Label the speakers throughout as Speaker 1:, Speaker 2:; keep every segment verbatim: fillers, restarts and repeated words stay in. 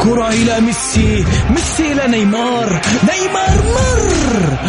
Speaker 1: الكرة إلى ميسي، ميسي إلى نيمار، نيمار مر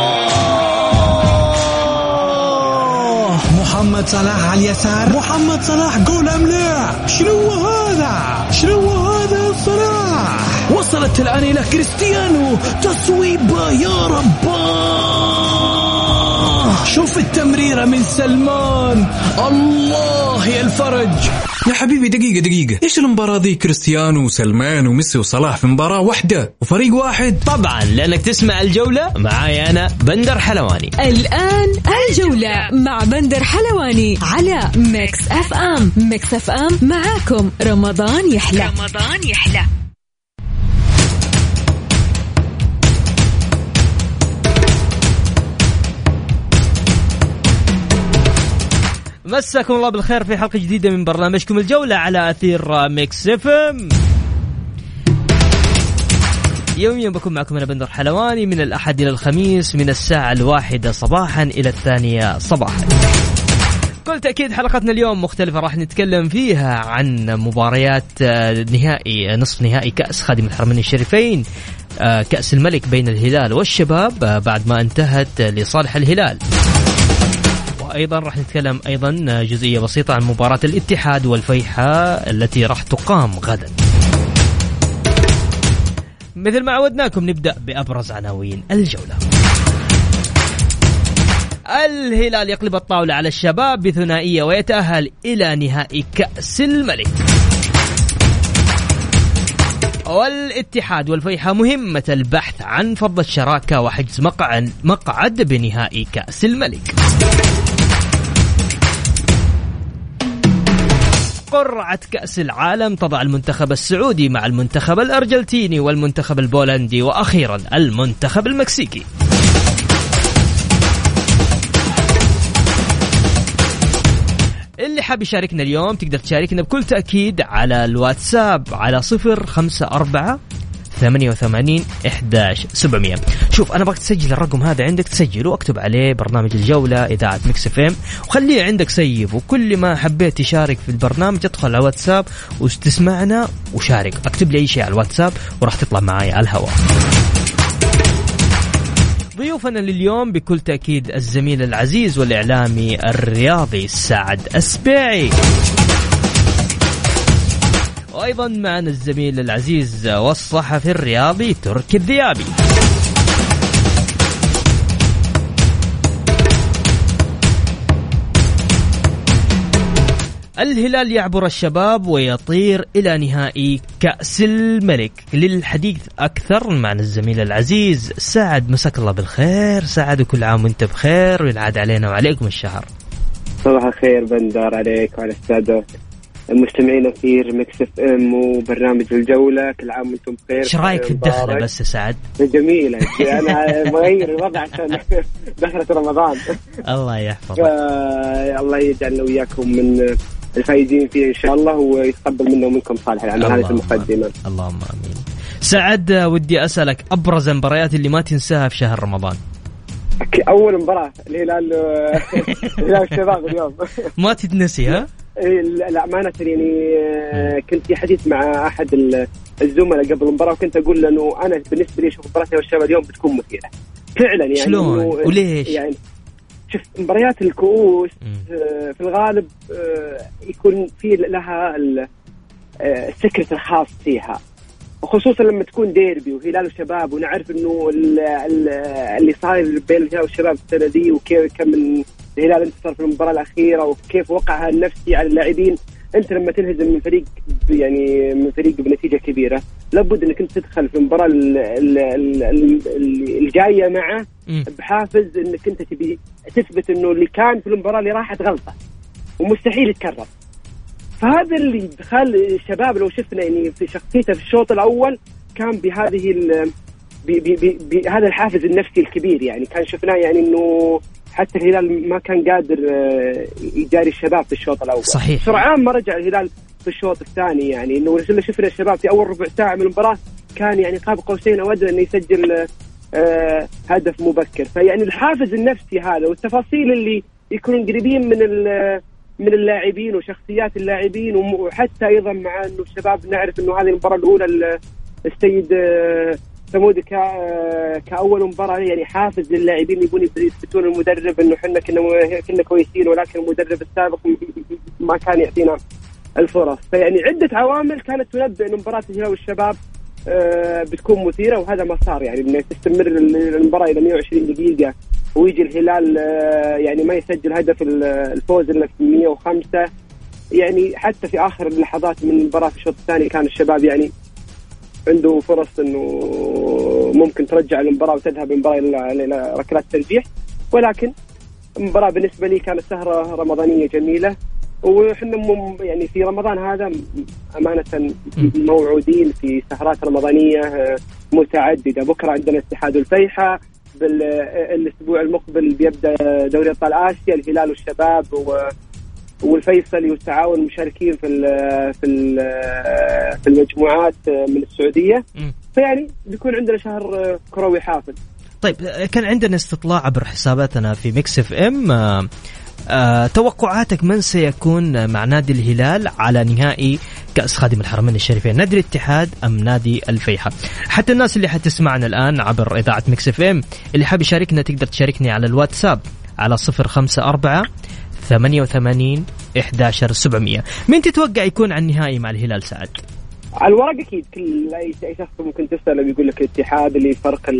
Speaker 1: أوه! محمد صلاح على اليسار، محمد صلاح جول أم لا؟ شنو هذا؟ شنو هذا صلاح؟ وصلت الآن إلى كريستيانو، تصويبة يا رباه. شوف التمريرة من سلمان، الله يا الفرج.
Speaker 2: يا حبيبي دقيقة دقيقة، إيش المباراة ذي؟ كريستيانو وسلمان وميسي وصلاح في مباراة واحدة وفريق واحد؟
Speaker 3: طبعا لأنك تسمع الجولة معاي أنا بندر حلواني.
Speaker 4: الآن الجولة مع بندر حلواني على ميكس أف أم. ميكس أف أم معاكم رمضان يحلى. رمضان يحلى.
Speaker 3: مساكم الله بالخير في حلقة جديدة من برنامجكم الجولة على أثير ميكس اف ام. يوميا بكون معكم أنا بندر حلواني من الأحد إلى الخميس من الساعة الواحدة صباحا إلى الثانية صباحا. كل تأكيد حلقتنا اليوم مختلفة، راح نتكلم فيها عن مباريات نهائي نصف نهائي كأس خادم الحرمين الشريفين، كأس الملك بين الهلال والشباب بعد ما انتهت لصالح الهلال. أيضا راح نتكلم أيضا جزئية بسيطة عن مباراة الاتحاد والفيحة التي راح تقام غدا. مثل ما عودناكم نبدأ بأبرز عناوين الجولة. الهلال يقلب الطاولة على الشباب بثنائية ويتأهل إلى نهائي كأس الملك. والاتحاد والفيحة مهمة البحث عن فض الشراكة وحجز مقعد مقعد بنهائي كأس الملك. قرعة كأس العالم تضع المنتخب السعودي مع المنتخب الأرجنتيني والمنتخب البولندي وأخيرا المنتخب المكسيكي. اللي حاب يشاركنا اليوم تقدر تشاركنا بكل تأكيد على الواتساب على صفر خمسة أربعة ثمانية وثمانين إحداش سبعمية. شوف أنا بغيت تسجل الرقم هذا عندك، تسجله واكتب عليه برنامج الجولة إذاعة ميكس اف ام وخليه عندك سيف، وكل ما حبيت تشارك في البرنامج ادخل على واتساب وتسمعنا وشارك، اكتب لي أي شيء على الواتساب وراح تطلع معايا على الهواء. ضيوفنا لليوم بكل تأكيد الزميل العزيز والإعلامي الرياضي سعد السبيعي، وأيضا معنا الزميل العزيز والصحفي الرياضي تركي الذيابي. الهلال يعبر الشباب ويطير إلى نهائي كأس الملك. للحديث أكثر معنا الزميل العزيز سعد. مساك الله بالخير سعد، وكل عام وانت بخير وينعاد علينا وعليكم الشهر.
Speaker 5: صباح الخير بندر عليك وعلى السادة المستمعين في ميكس اف ام وبرنامج الجولة، كل عام وانتم بخير.
Speaker 3: ايش رايك في الدخلة بس يا سعد؟
Speaker 5: جميلة، انا مغير الوضع عشان دخلة رمضان.
Speaker 3: الله يحفظك.
Speaker 5: الله يجعلنا وياكم من الفايزين فيه ان شاء الله ويتقبل منا ومنكم صالح العمل. هذه المقدمة.
Speaker 3: اللهم امين. سعد ودي اسالك ابرز المباريات اللي ما تنساها في شهر رمضان.
Speaker 5: اول مباراة الهلال الهلال الشباب اليوم
Speaker 3: ما تتنسي ها؟
Speaker 5: لا أمانة يعني كنت في حديث مع أحد الزملاء قبل المباراة وكنت أقول له إنه أنا بالنسبة لي أشوف مباراتي والشباب اليوم بتكون مثيرة فعلا. يعني
Speaker 3: شلون وليش؟
Speaker 5: يعني شوف مباريات الكؤوس في الغالب يكون في لها السكرة الخاص فيها، وخصوصا لما تكون ديربي وهلال وشباب، ونعرف إنه اللي صاير بين الهلال والشباب السنة دي وكيف كم من الهلال انتصر في المباراة الأخيرة وكيف وقعها النفسي على اللاعبين. أنت لما تنهزم من فريق يعني من فريق بنتيجة كبيرة لابد أنك أنت تدخل في المباراة الجاية معه بحافز أنك أنت تبي تثبت أنه اللي كان في المباراة اللي راحت غلطة ومستحيل يتكرر. فهذا اللي دخل الشباب لو شفنا يعني في شخصيته في الشوط الأول كان بهذه بهذا الحافز النفسي الكبير. يعني كان شفناه يعني أنه حتى الهلال ما كان قادر يجاري الشباب في الشوط الأول.
Speaker 3: صحيح.
Speaker 5: سرعان ما رجع الهلال في الشوط الثاني، يعني إنه اللي شفنا الشباب في أول ربع ساعة من المباراة كان يعني قاب قوسين أو أدنى إنه يسجل آه هدف مبكر. فيعني الحافز النفسي هذا والتفاصيل اللي يكونوا قريبين من من اللاعبين وشخصيات اللاعبين، وحتى ايضا مع انه الشباب نعرف انه هذه المباراه الاولى السيد ثمود كاول مباراه يعني حافز للاعبين يبون يثبتون المدرب انه احنا كنا كنا كويسين، ولكن المدرب السابق ما كان يعطينا الفرص. فيعني عده عوامل كانت تنبئ ان مباراه الهلال والشباب بتكون مثيره، وهذا ما صار. يعني انه تستمر المباراه الى مئة وعشرين دقيقه ويجي الهلال يعني ما يسجل هدف الفوز الا في مئة وخمسة. يعني حتى في اخر اللحظات من المباراه في الشوط الثاني كان الشباب يعني عنده فرص انه ممكن ترجع المباراه وتذهب المباراه الى ركلات ترجيح، ولكن المباراه بالنسبه لي كانت سهره رمضانيه جميله. وإحنا يعني في رمضان هذا أمانة موعودين في سهرات رمضانية متعددة. بكرة عندنا اتحاد الفيحة، بالأسبوع المقبل بيبدأ دوري أبطال آسيا، الهلال والشباب والفيصلي والتعاون مشاركين في في في المجموعات من السعودية. فيعني بيكون عندنا شهر كروي حافل.
Speaker 3: طيب كان عندنا استطلاع عبر حساباتنا في ميكس اف ام. أه، توقعاتك من سيكون مع نادي الهلال على نهائي كأس خادم الحرمين الشريفين، نادي الاتحاد أم نادي الفيحة؟ حتى الناس اللي حتسمعنا الآن عبر إذاعة ميكس اف ام اللي حاب يشاركنا تقدر تشاركني على الواتساب على صفر خمسة أربعة ثمانية وثمانين إحدى عشر سبعمية. مين تتوقع يكون عن النهائي مع الهلال سعد؟
Speaker 5: على الورق أكيد كل أي شخص ممكن تسأله بيقول لك الاتحاد، اللي فرق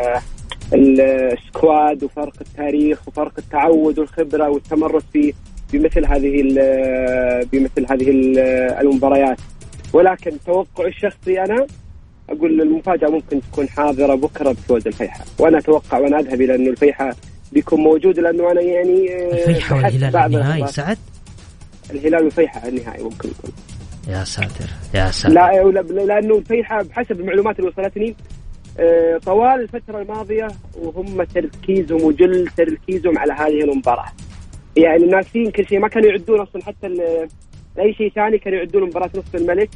Speaker 5: السكواد وفرق التاريخ وفرق التعود والخبرة والتمرس في بمثل هذه بمثل هذه المباريات. ولكن توقع الشخصي أنا أقول المفاجأة ممكن تكون حاضرة بكرة بفوز الفيحة، وأنا أتوقع وأنا أذهب إلى أنه الفيحة بيكون موجود، لأنه أنا يعني
Speaker 3: الفيحة والهلال النهائي سعد،
Speaker 5: الهلال والفيحة النهائي ممكن يكون.
Speaker 3: يا ساتر يا ساتر.
Speaker 5: لا لأنه الفيحة بحسب المعلومات اللي وصلتني طوال الفترة الماضية وهم تركيزهم وجل تركيزهم على هذه المباراة، يعني ناسين كل شيء، ما كانوا يعدون أصلا حتى أي شيء ثاني، كانوا يعدون مباراة نصف الملك.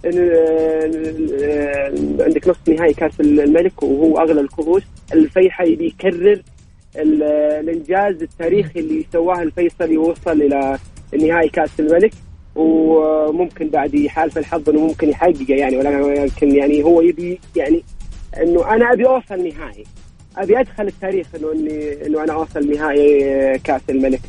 Speaker 5: عندك نصف نهائي كأس الملك وهو أغلى الكؤوس، الفيحة يكرر الإنجاز التاريخي اللي سواه الفيصلي ووصل إلى نهائي كأس الملك، وممكن بعد يحالف الحظ إنه ممكن يحققه يعني، ولكن يعني هو يبي يعني إنه أنا أبي أوصل نهائي، أبي أدخل التاريخ إنه إني إنه أنا أوصل نهائي كأس الملك.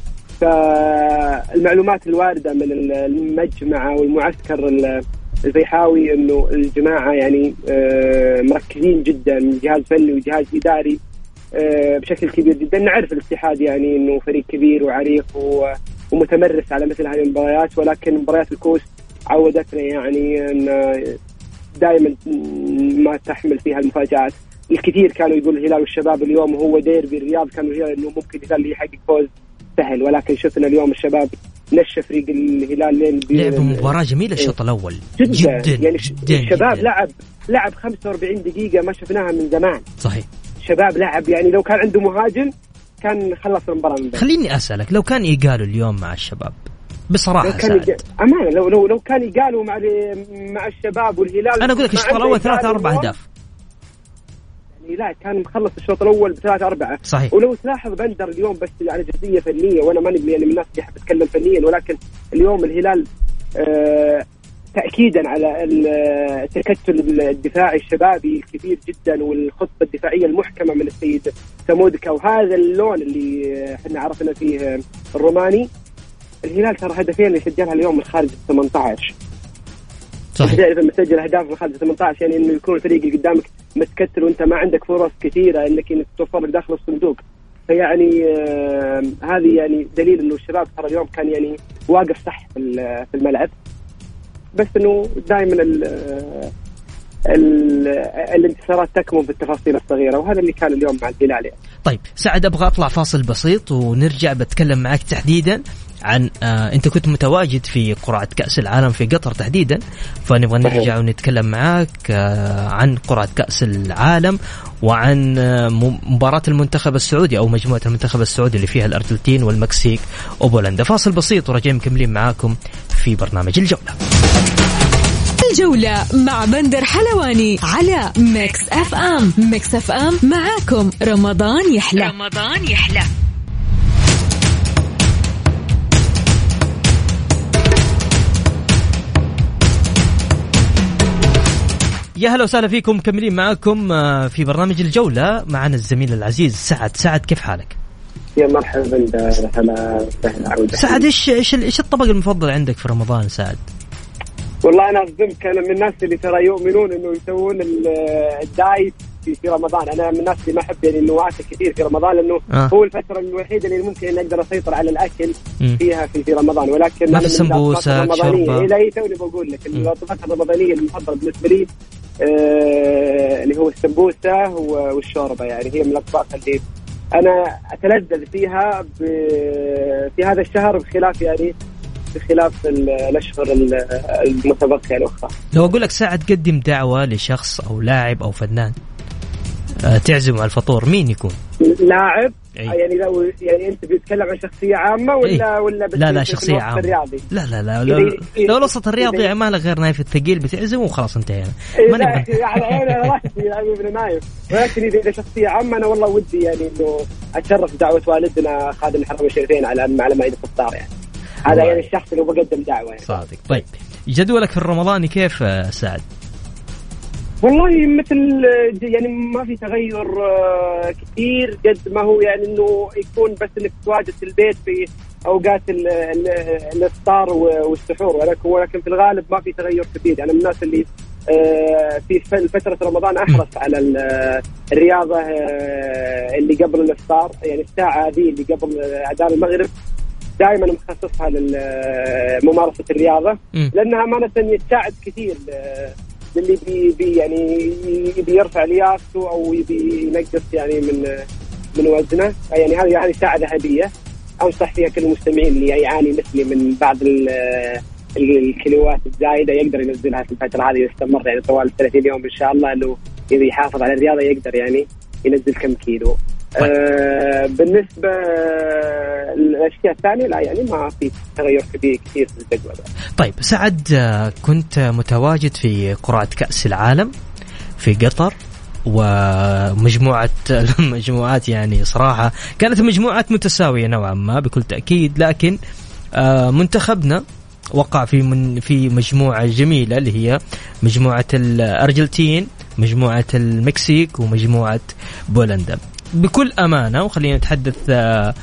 Speaker 5: فالمعلومات الواردة من المجمع والمعسكر الفيحاوي إنه الجماعة يعني مركزين جدا من جهاز فني وجهاز إداري بشكل كبير جدا. نعرف الاتحاد يعني إنه فريق كبير وعريق ومتمرس على مثل هذه المباريات، ولكن مباريات الكوس عودتنا يعني أن دائما ما تحمل فيها المفاجآت. الكثير كانوا يقول الهلال والشباب اليوم هو ديربي الرياض، كانوا يقولوا انه ممكن الهلال يحقق فوز سهل، ولكن شفنا اليوم الشباب نشى فريق الهلال لين
Speaker 3: لعبوا مباراة جميلة الشوط الأول
Speaker 5: جدا,
Speaker 3: جدا
Speaker 5: يعني
Speaker 3: جدا
Speaker 5: الشباب
Speaker 3: جداً.
Speaker 5: لعب لعب خمسة وأربعين دقيقة ما شفناها من زمان.
Speaker 3: صحيح،
Speaker 5: شباب لعب يعني لو كان عنده مهاجم كان خلص المباراة من بدري.
Speaker 3: خليني أسألك، لو كان يقالوا اليوم مع الشباب بصراحة
Speaker 5: لو كان يج... أمانة لو لو لو كان يقالوا مع مع الشباب والهلال،
Speaker 3: أنا أقول لك الشوط الأول ثلاثة أربع أهداف
Speaker 5: يعني، لا كان مخلص الشوط الأول بثلاثة أربعة.
Speaker 3: صحيح.
Speaker 5: ولو تلاحظ بندر اليوم بس على جزئية فنية، وأنا ماني يعني من الناس اللي يحب تتكلم فنيا، ولكن اليوم الهلال آه تأكيدا على التكتل الدفاعي الشبابي الكبير جدا والخطة الدفاعية المحكمة من السيد سمودكا، وهذا اللون اللي احنا عرفنا فيه الروماني. الهلال ترى هدفين اللي سجلها اليوم من خارج ثمانية عشر.
Speaker 3: صحيح.
Speaker 5: إذا مسجل أهداف من خارج ثمانية عشر يعني إنه يكون الفريق اللي قدامك متكتل وأنت ما عندك فرص كثيرة إنك إنك توفر لك داخل الصندوق. فيعني آه هذه يعني دليل إنه الشباب ترى اليوم كان يعني واقف صح في في الملعب، بس إنه دائما ال ال الانتصارات تكمن في التفاصيل الصغيرة، وهذا اللي كان اليوم مع الهلال يعني.
Speaker 3: طيب سعد، أبغى أطلع فاصل بسيط ونرجع بتكلم معك تحديدا عن آه أنت كنت متواجد في قرعة كأس العالم في قطر تحديدا، فنبغى نرجع ونتكلم معك آه عن قرعة كأس العالم وعن آه مباراة المنتخب السعودي أو مجموعة المنتخب السعودي اللي فيها الأرجنتين والمكسيك وبولندا. فاصل بسيط ورجع مكملين معاكم في برنامج الجولة.
Speaker 4: الجولة مع بندر حلواني على ميكس اف ام. ميكس اف ام معاكم رمضان يحلى. رمضان يحلى.
Speaker 3: يا هلا وسهلا فيكم، مكملين معاكم في برنامج الجولة. معنا الزميل العزيز سعد. سعد كيف حالك؟
Speaker 5: يا مرحبا، هلا وسهلا.
Speaker 3: سعد ايش ايش ايش الطبق المفضل عندك في رمضان سعد؟
Speaker 5: والله انا اصدمك، انا من الناس اللي ترى يؤمنون انه يسوون الدايت في في رمضان. انا من الناس اللي ما احب يعني انه اكل كثير في رمضان، لانه
Speaker 3: آه.
Speaker 5: هو الفتره الوحيده اللي ممكن ان اقدر اسيطر على الاكل
Speaker 3: م.
Speaker 5: فيها في في رمضان. ولكن
Speaker 3: ما في سمبوسة شوربه؟
Speaker 5: لا، هي توني بقول لك الوجبات الرمضانيه المفضله بالنسبه لي آه اللي هو السمبوسه والشوربه. يعني هي من الاطباق اللي انا اتلذذ فيها في هذا الشهر، بخلاف يعني بخلاف الاشهر المتبقيه الاخرى.
Speaker 3: لو اقول لك ساعد قدم دعوه لشخص او لاعب او فنان تعزم على الفطور، مين يكون؟
Speaker 5: لاعب؟
Speaker 3: أي. يعني
Speaker 5: لو يعني انت بتتكلم عن شخصيه عامه ولا
Speaker 3: أي.
Speaker 5: ولا بس
Speaker 3: لا لا شخصيه عامه.
Speaker 5: الرياضي؟
Speaker 3: لا لا لا لو, لو الوسط الرياضي ما له غير نايف الثقيل بتعزم وخلاص انتهينا.
Speaker 5: ما نبغى يعني انا راسي يعني ابن نايف. ولكن اذا شخصيه عامه انا والله ودي يعني انه اتشرف بدعوه والدنا خادم الحرمين الشريفين على على مائده الافطار. يعني هذا يعني الشخص اللي بقدم دعوه يعني.
Speaker 3: صادق. طيب جدولك في الرمضاني كيف سعد؟
Speaker 5: والله مثل يعني ما في تغير كثير قد ما هو يعني انه يكون بس انك تواجد في البيت في اوقات الافطار والسحور، ولكن ولكن في الغالب ما في تغير كثير. يعني من الناس اللي في فترة رمضان احرص على الرياضة اللي قبل الافطار، يعني الساعة هذه اللي قبل اذان المغرب دائما مخصصها لممارسة الرياضة، لانها امانة تساعد كثير اللي بي بي يعني بيرفع لياقته او يبي ينقص يعني من من وزنه. يعني هذه يعني ساعة ذهبية انصح فيها كل المستمعين اللي يعاني مثلي من بعض الكيلوات الزايدة يقدر ينزلها في الفترة هذه، يستمر يعني طوال ثلاثين يوم ان شاء الله. لو يبي يحافظ على الرياضة يقدر يعني ينزل كم كيلو.
Speaker 3: طيب.
Speaker 5: آه بالنسبة للأشياء الثانية لا يعني ما في تغير كبير كثير في الجدول.
Speaker 3: طيب سعد، كنت متواجد في قرعة كأس العالم في قطر، ومجموعة المجموعات يعني صراحة كانت مجموعات متساوية نوعا ما بكل تأكيد، لكن منتخبنا وقع في من في مجموعة جميلة اللي هي مجموعة الأرجنتين، مجموعة المكسيك، ومجموعة بولندا. بكل أمانة وخلينا نتحدث آه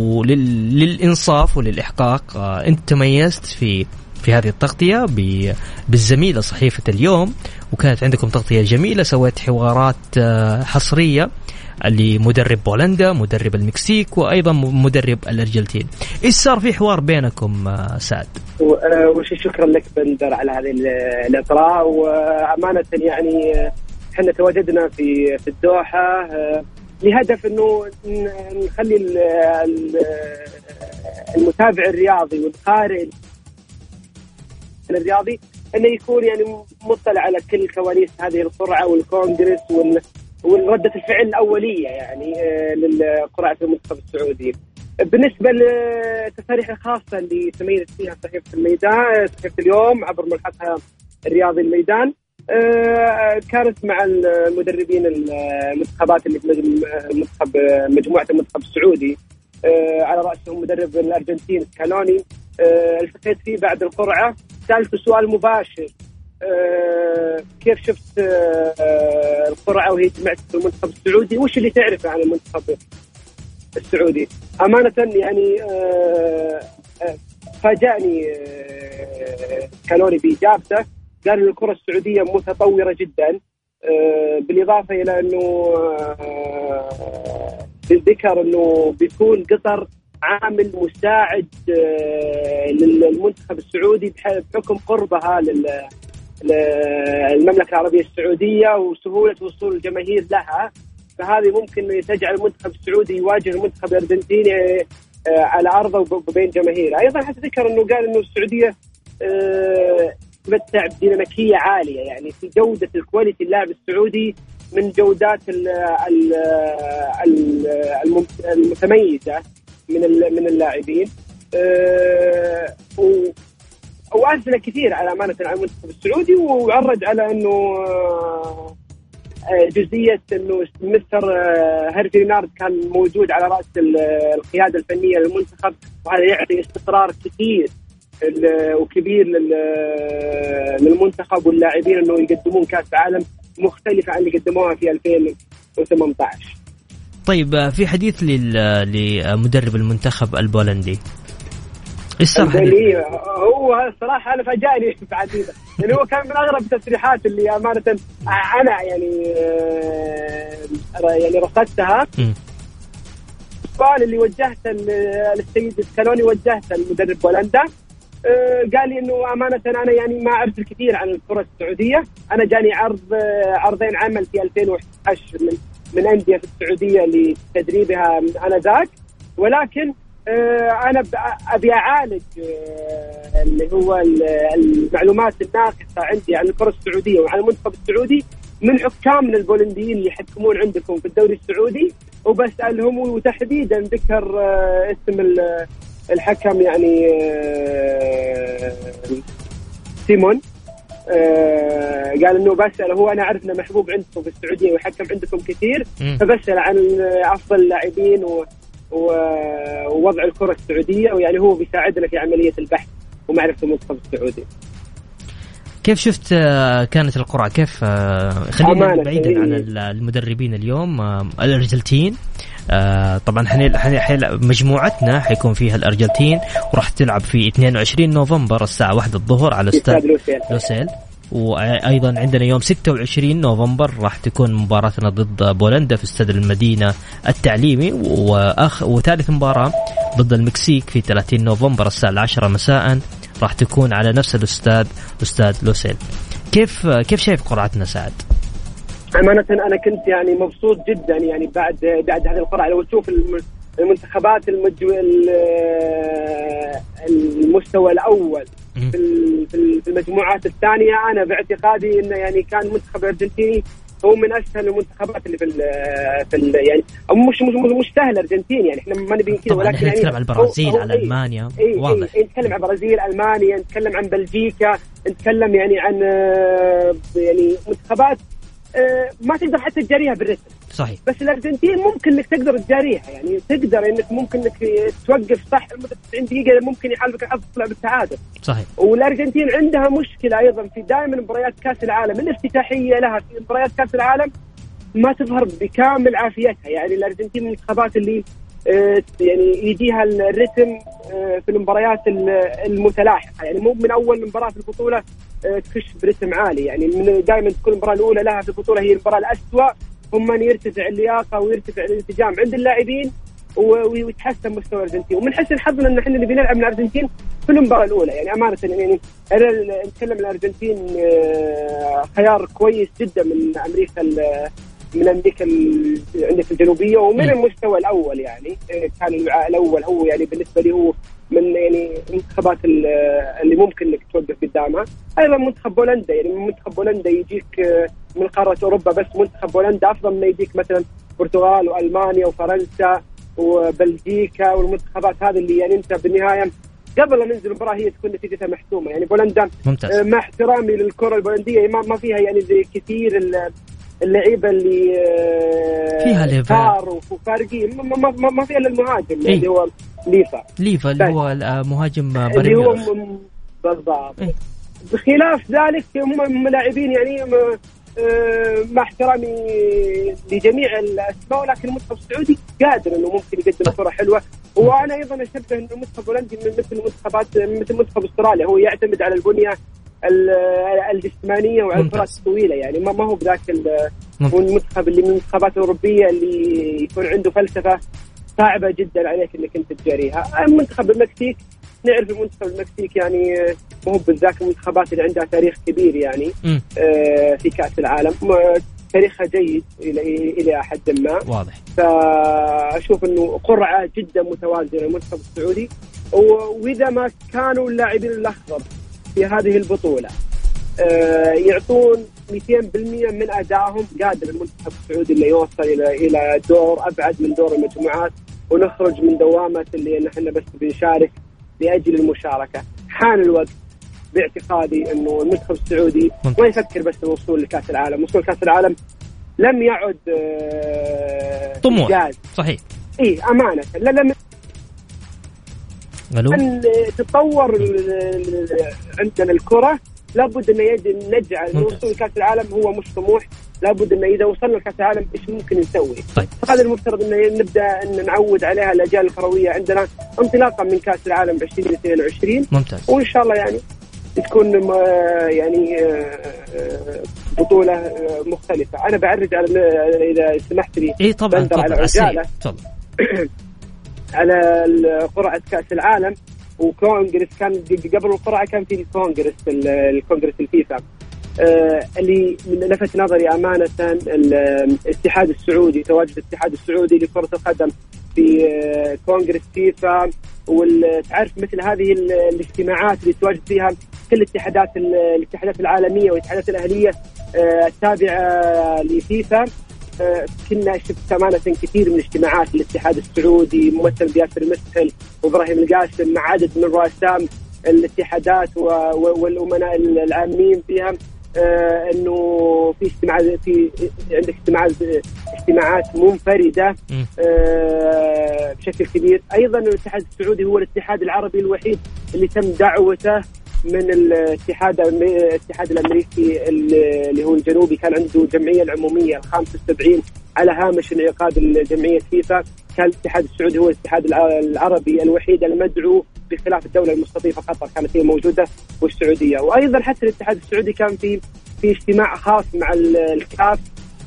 Speaker 3: وللإنصاف وللإحقاق، آه أنت تميزت في في هذه التغطية بالزميلة صحيفة اليوم، وكانت عندكم تغطية جميلة، سويت حوارات آه حصرية لمدرب بولندا، مدرب المكسيك، وأيضا مدرب الأرجنتين. إيش صار في حوار بينكم آه سعد؟
Speaker 5: وش شكرا لك بندر على هذه الإطراء. وأمانة يعني احنا تواجدنا في في الدوحة آه لهدف انه نخلي المتابع الرياضي والقارئ الرياضي انه يكون يعني مطلع على كل كواليس هذه القرعه والكونغرس والردة الفعل الاوليه يعني للقرعه المنتخب السعودي. بالنسبه للتصاريح الخاصه اللي تميزت فيها صحيفه الميدان، صحيفه اليوم عبر ملحقها الرياضي الميدان، كانت مع المدربين المنتخبات اللي في منتخب مجموعة المنتخب السعودي، على رأسهم مدرب الأرجنتين سكالوني. التقيت فيه بعد القرعة، سألته سؤال مباشر، كيف شفت القرعة وهي جمعت في المنتخب السعودي، وش اللي تعرفه عن المنتخب السعودي؟ أمانة يعني فاجأني سكالوني بإجابته، قال الكرة السعودية متطورة جدا، بالإضافة إلى أنه بالذكر أنه بيكون قطر عامل مساعد للمنتخب السعودي بحكم قربها للمملكة العربية السعودية وسهولة وصول الجماهير لها، فهذه ممكن تجعل المنتخب السعودي يواجه المنتخب الأرجنتيني على أرضه وبين جماهيره. أيضا حتى ذكر أنه قال أنه السعودية تمتع بديناميكية عالية، يعني في جودة الكواليتي اللاعب السعودي من جودات المتميزة من من اللاعبين، وأثنى كثير على أمانة على المنتخب السعودي، وعرج على أنه جزئية أنه مستر هيرفي رينارد كان موجود على رأس القيادة الفنية للمنتخب، وهذا يعطي استقرار كثير وكبير للمنتخب واللاعبين انه يقدمون كاس عالم مختلفه عن اللي قدموها في ألفين وثمانية عشر.
Speaker 3: طيب في حديث لمدرب المنتخب البولندي، ايش
Speaker 5: هو الصراحه انا فاجأني بعديده، يعني هو كان من اغرب التصريحات اللي امانه انا يعني يعني رصدتها. السؤال اللي وجهته للسيد سكالوني وجهته لمدرب بولندا، قال لي انه امانه انا يعني ما اعرف الكثير عن الكره السعوديه، انا جاني عرض عرضين عمل في ألفين وأحد عشر من من انديه في السعوديه لتدريبها انا ذاك، ولكن انا ابي اعالج اللي هو المعلومات الناقصه عندي عن الكره السعوديه وعن المنتخب السعودي من حكامنا البولنديين اللي يحكمون عندكم في الدوري السعودي، وبسالهم وتحديدا ذكر اسم الحكم يعني سيمون. قال انه بسأل هو انا اعرف انه محبوب عندكم في السعوديه ويحكم عندكم كثير، فبسأل عن افضل اللاعبين ووضع الكره السعوديه، ويعني هو بيساعدنا في عمليه البحث ومعرفه المنتخب السعودي.
Speaker 3: كيف شفت كانت القرعه؟ كيف خلينا بعيدا عن المدربين اليوم الارجنتين، طبعا حني مجموعتنا حيكون فيها الارجنتين وراح تلعب في اثنين وعشرين نوفمبر الساعه واحدة الظهر على استاد لوسيل، وايضا عندنا يوم ستة وعشرين نوفمبر راح تكون مباراتنا ضد بولندا في استاد المدينه التعليمي، واخ وثالث مباراه ضد المكسيك في ثلاثين نوفمبر الساعه العاشرة مساء راح تكون على نفس الاستاد استاد لوسيل. كيف كيف شايف قرعتنا سعد؟
Speaker 5: أمانة أنا كنت يعني مبسوط جدا يعني بعد بعد هذه القرعة. لو تشوف المنتخبات المجو... المستوى الأول في المجموعات الثانية، أنا باعتقادي إنه يعني كان المنتخب الأرجنتيني هو من أسهل المنتخبات اللي في ال في ال يعني أو مش مش مش سهل الأرجنتين، يعني إحنا ما نبي كذا، ولكن يعني
Speaker 3: نتكلم عن البرازيل على ألمانيا،
Speaker 5: إيه واضح إيه نتكلم عن البرازيل ألمانيا، نتكلم عن بلجيكا، نتكلم يعني عن يعني منتخبات ما تقدر حتى تجاريها بالرسم.
Speaker 3: صحيح.
Speaker 5: بس الأرجنتين ممكن إنك تقدر تجاريها، يعني تقدر إنك ممكن إنك توقف صح لمدة تسعين دقيقة، ممكن يحالفك الحظ تطلع بالتعادل.
Speaker 3: صحيح.
Speaker 5: والأرجنتين عندها مشكلة أيضا في دائما مباريات كأس العالم، الافتتاحية لها في مباريات كأس العالم ما تظهر بكامل عافيتها، يعني الأرجنتين من المنتخبات اللي يعني يجيها الرتم في المباريات المتلاحقة، يعني مو من أول مباراة في البطولة تخش برتم عالي، يعني من دائما تكون المباراة الأولى لها في البطولة هي المباراة الأسوأ، ثم أن يرتفع اللياقة ويرتفع الانسجام عند اللاعبين ويتحسن مستوى الأرجنتين. ومن حسن حظنا أن احنا اللي بنلعب من الأرجنتين في المباراة الأولى، يعني أمانة يعني أنا نتكلم الأرجنتين خيار كويس جدا من أمريكا من أمريكا عندك الجنوبية ومن المستوى الأول، يعني كان الوعاء الأول هو يعني بالنسبة لي هو من يعني المنتخبات اللي ممكن انك توقف قدامها. ايضا منتخب بولندا، يعني منتخب بولندا يجيك من قاره اوروبا، بس منتخب بولندا افضل من يجيك مثلا البرتغال والمانيا وفرنسا وبلجيكا والمنتخبات هذه اللي يعني انت بالنهايه قبل ان ننزل المباراه هي تكون نتيجتها محسومه. يعني بولندا ممتاز. مع احترامي للكره البولنديه ما فيها يعني زي كثير اللعيبه اللي
Speaker 3: فيها
Speaker 5: ليفا وفارقين، ما, ما, ما فيها الا المهاجم اللي
Speaker 3: إيه؟
Speaker 5: هو ليفا
Speaker 3: ليفا اللي هو مهاجم
Speaker 5: اللي هو بالضبط. إيه؟ بخلاف ذلك هم لاعبين يعني مع احترامي لجميع الاسماء، ولكن المنتخب السعودي قادر انه ممكن يقدم كره حلوه. وانا ايضا اشبه انه المنتخب الهولندي مثل المنتخبات مثل منتخب استراليا، هو يعتمد على البنيه الجسمانيه وعلى الكرات الطويله، يعني ما هو بذاك المنتخب اللي من المنتخبات الاوروبيه اللي يكون عنده فلسفه صعبه جدا عليك انك انت تجاريها. منتخب المكسيك نعرف المنتخب المكسيك يعني مو بالذات المنتخبات اللي عندها تاريخ كبير يعني آه في كأس العالم، تاريخها جيد الى الى حد ما
Speaker 3: واضح.
Speaker 5: فاشوف انه قرعه جدا متوازنه المنتخب السعودي، واذا ما كانوا اللاعبين الاخضر في هذه البطوله آه يعطون مئتين بالمئة من ادائهم، قادر المنتخب السعودي اللي يوصل الى الى دور ابعد من دور المجموعات ونخرج من دوامه اللي نحن بس بنشارك لاجل المشاركه. حان الوقت باعتقادي انه المنتخب السعودي ما يفكر بس بالوصول لكاس العالم. وصول كاس العالم لم يعد
Speaker 3: طموح. صحيح.
Speaker 5: اي امانه لا لم أن تتطور عندنا الكرة لابد أن نجعل وصول كأس العالم هو مش طموح، لابد أن إذا وصلنا لكأس العالم إيش ممكن نسوي.
Speaker 3: طيب.
Speaker 5: هذا المفترض أن نبدأ أن نعود عليها الأجيال الكروية عندنا انطلاقا من كأس العالم عشرين اثنين وعشرين.
Speaker 3: ممتاز.
Speaker 5: وإن شاء الله يعني تكون يعني بطولة مختلفة. أنا بعرج على إذا سمحت لي.
Speaker 3: إيه طبعا طبعا.
Speaker 5: على عجالة على قرعة كأس العالم وكونغرس. كان قبل القرعة كان في الكونغرس الكونغرس الفيفا آه اللي لفت نظري أمانة الاتحاد السعودي، تواجد الاتحاد السعودي لكرة القدم في آه كونغرس فيفا. وتعرف مثل هذه الاجتماعات اللي تواجد فيها كل الاتحادات الاتحادات العالمية والاتحادات الأهلية آه التابعة لفيفا. آه كنا شفت أمانة كثير من اجتماعات الاتحاد السعودي ممثل بياسر المسحل وإبراهيم القاسم مع عدد من رؤساء الاتحادات والأمناء العامين فيها. آه انه في اجتماعات في عندك اجتماعات اجتماعات منفرده آه بشكل كبير. ايضا الاتحاد السعودي هو الاتحاد العربي الوحيد اللي تم دعوته من الاتحاد الاتحاد الامريكي اللي هو الجنوبي. كان عنده جمعيه العموميه الخامسة والسبعين على هامش انعقاد الجمعيه فيفا. كان الاتحاد السعودي هو الاتحاد العربي الوحيد المدعو بخلاف الدوله المستضيفه قطر كانت هي موجوده والسعوديه. وايضا حتى الاتحاد السعودي كان في في اجتماع خاص مع الكاف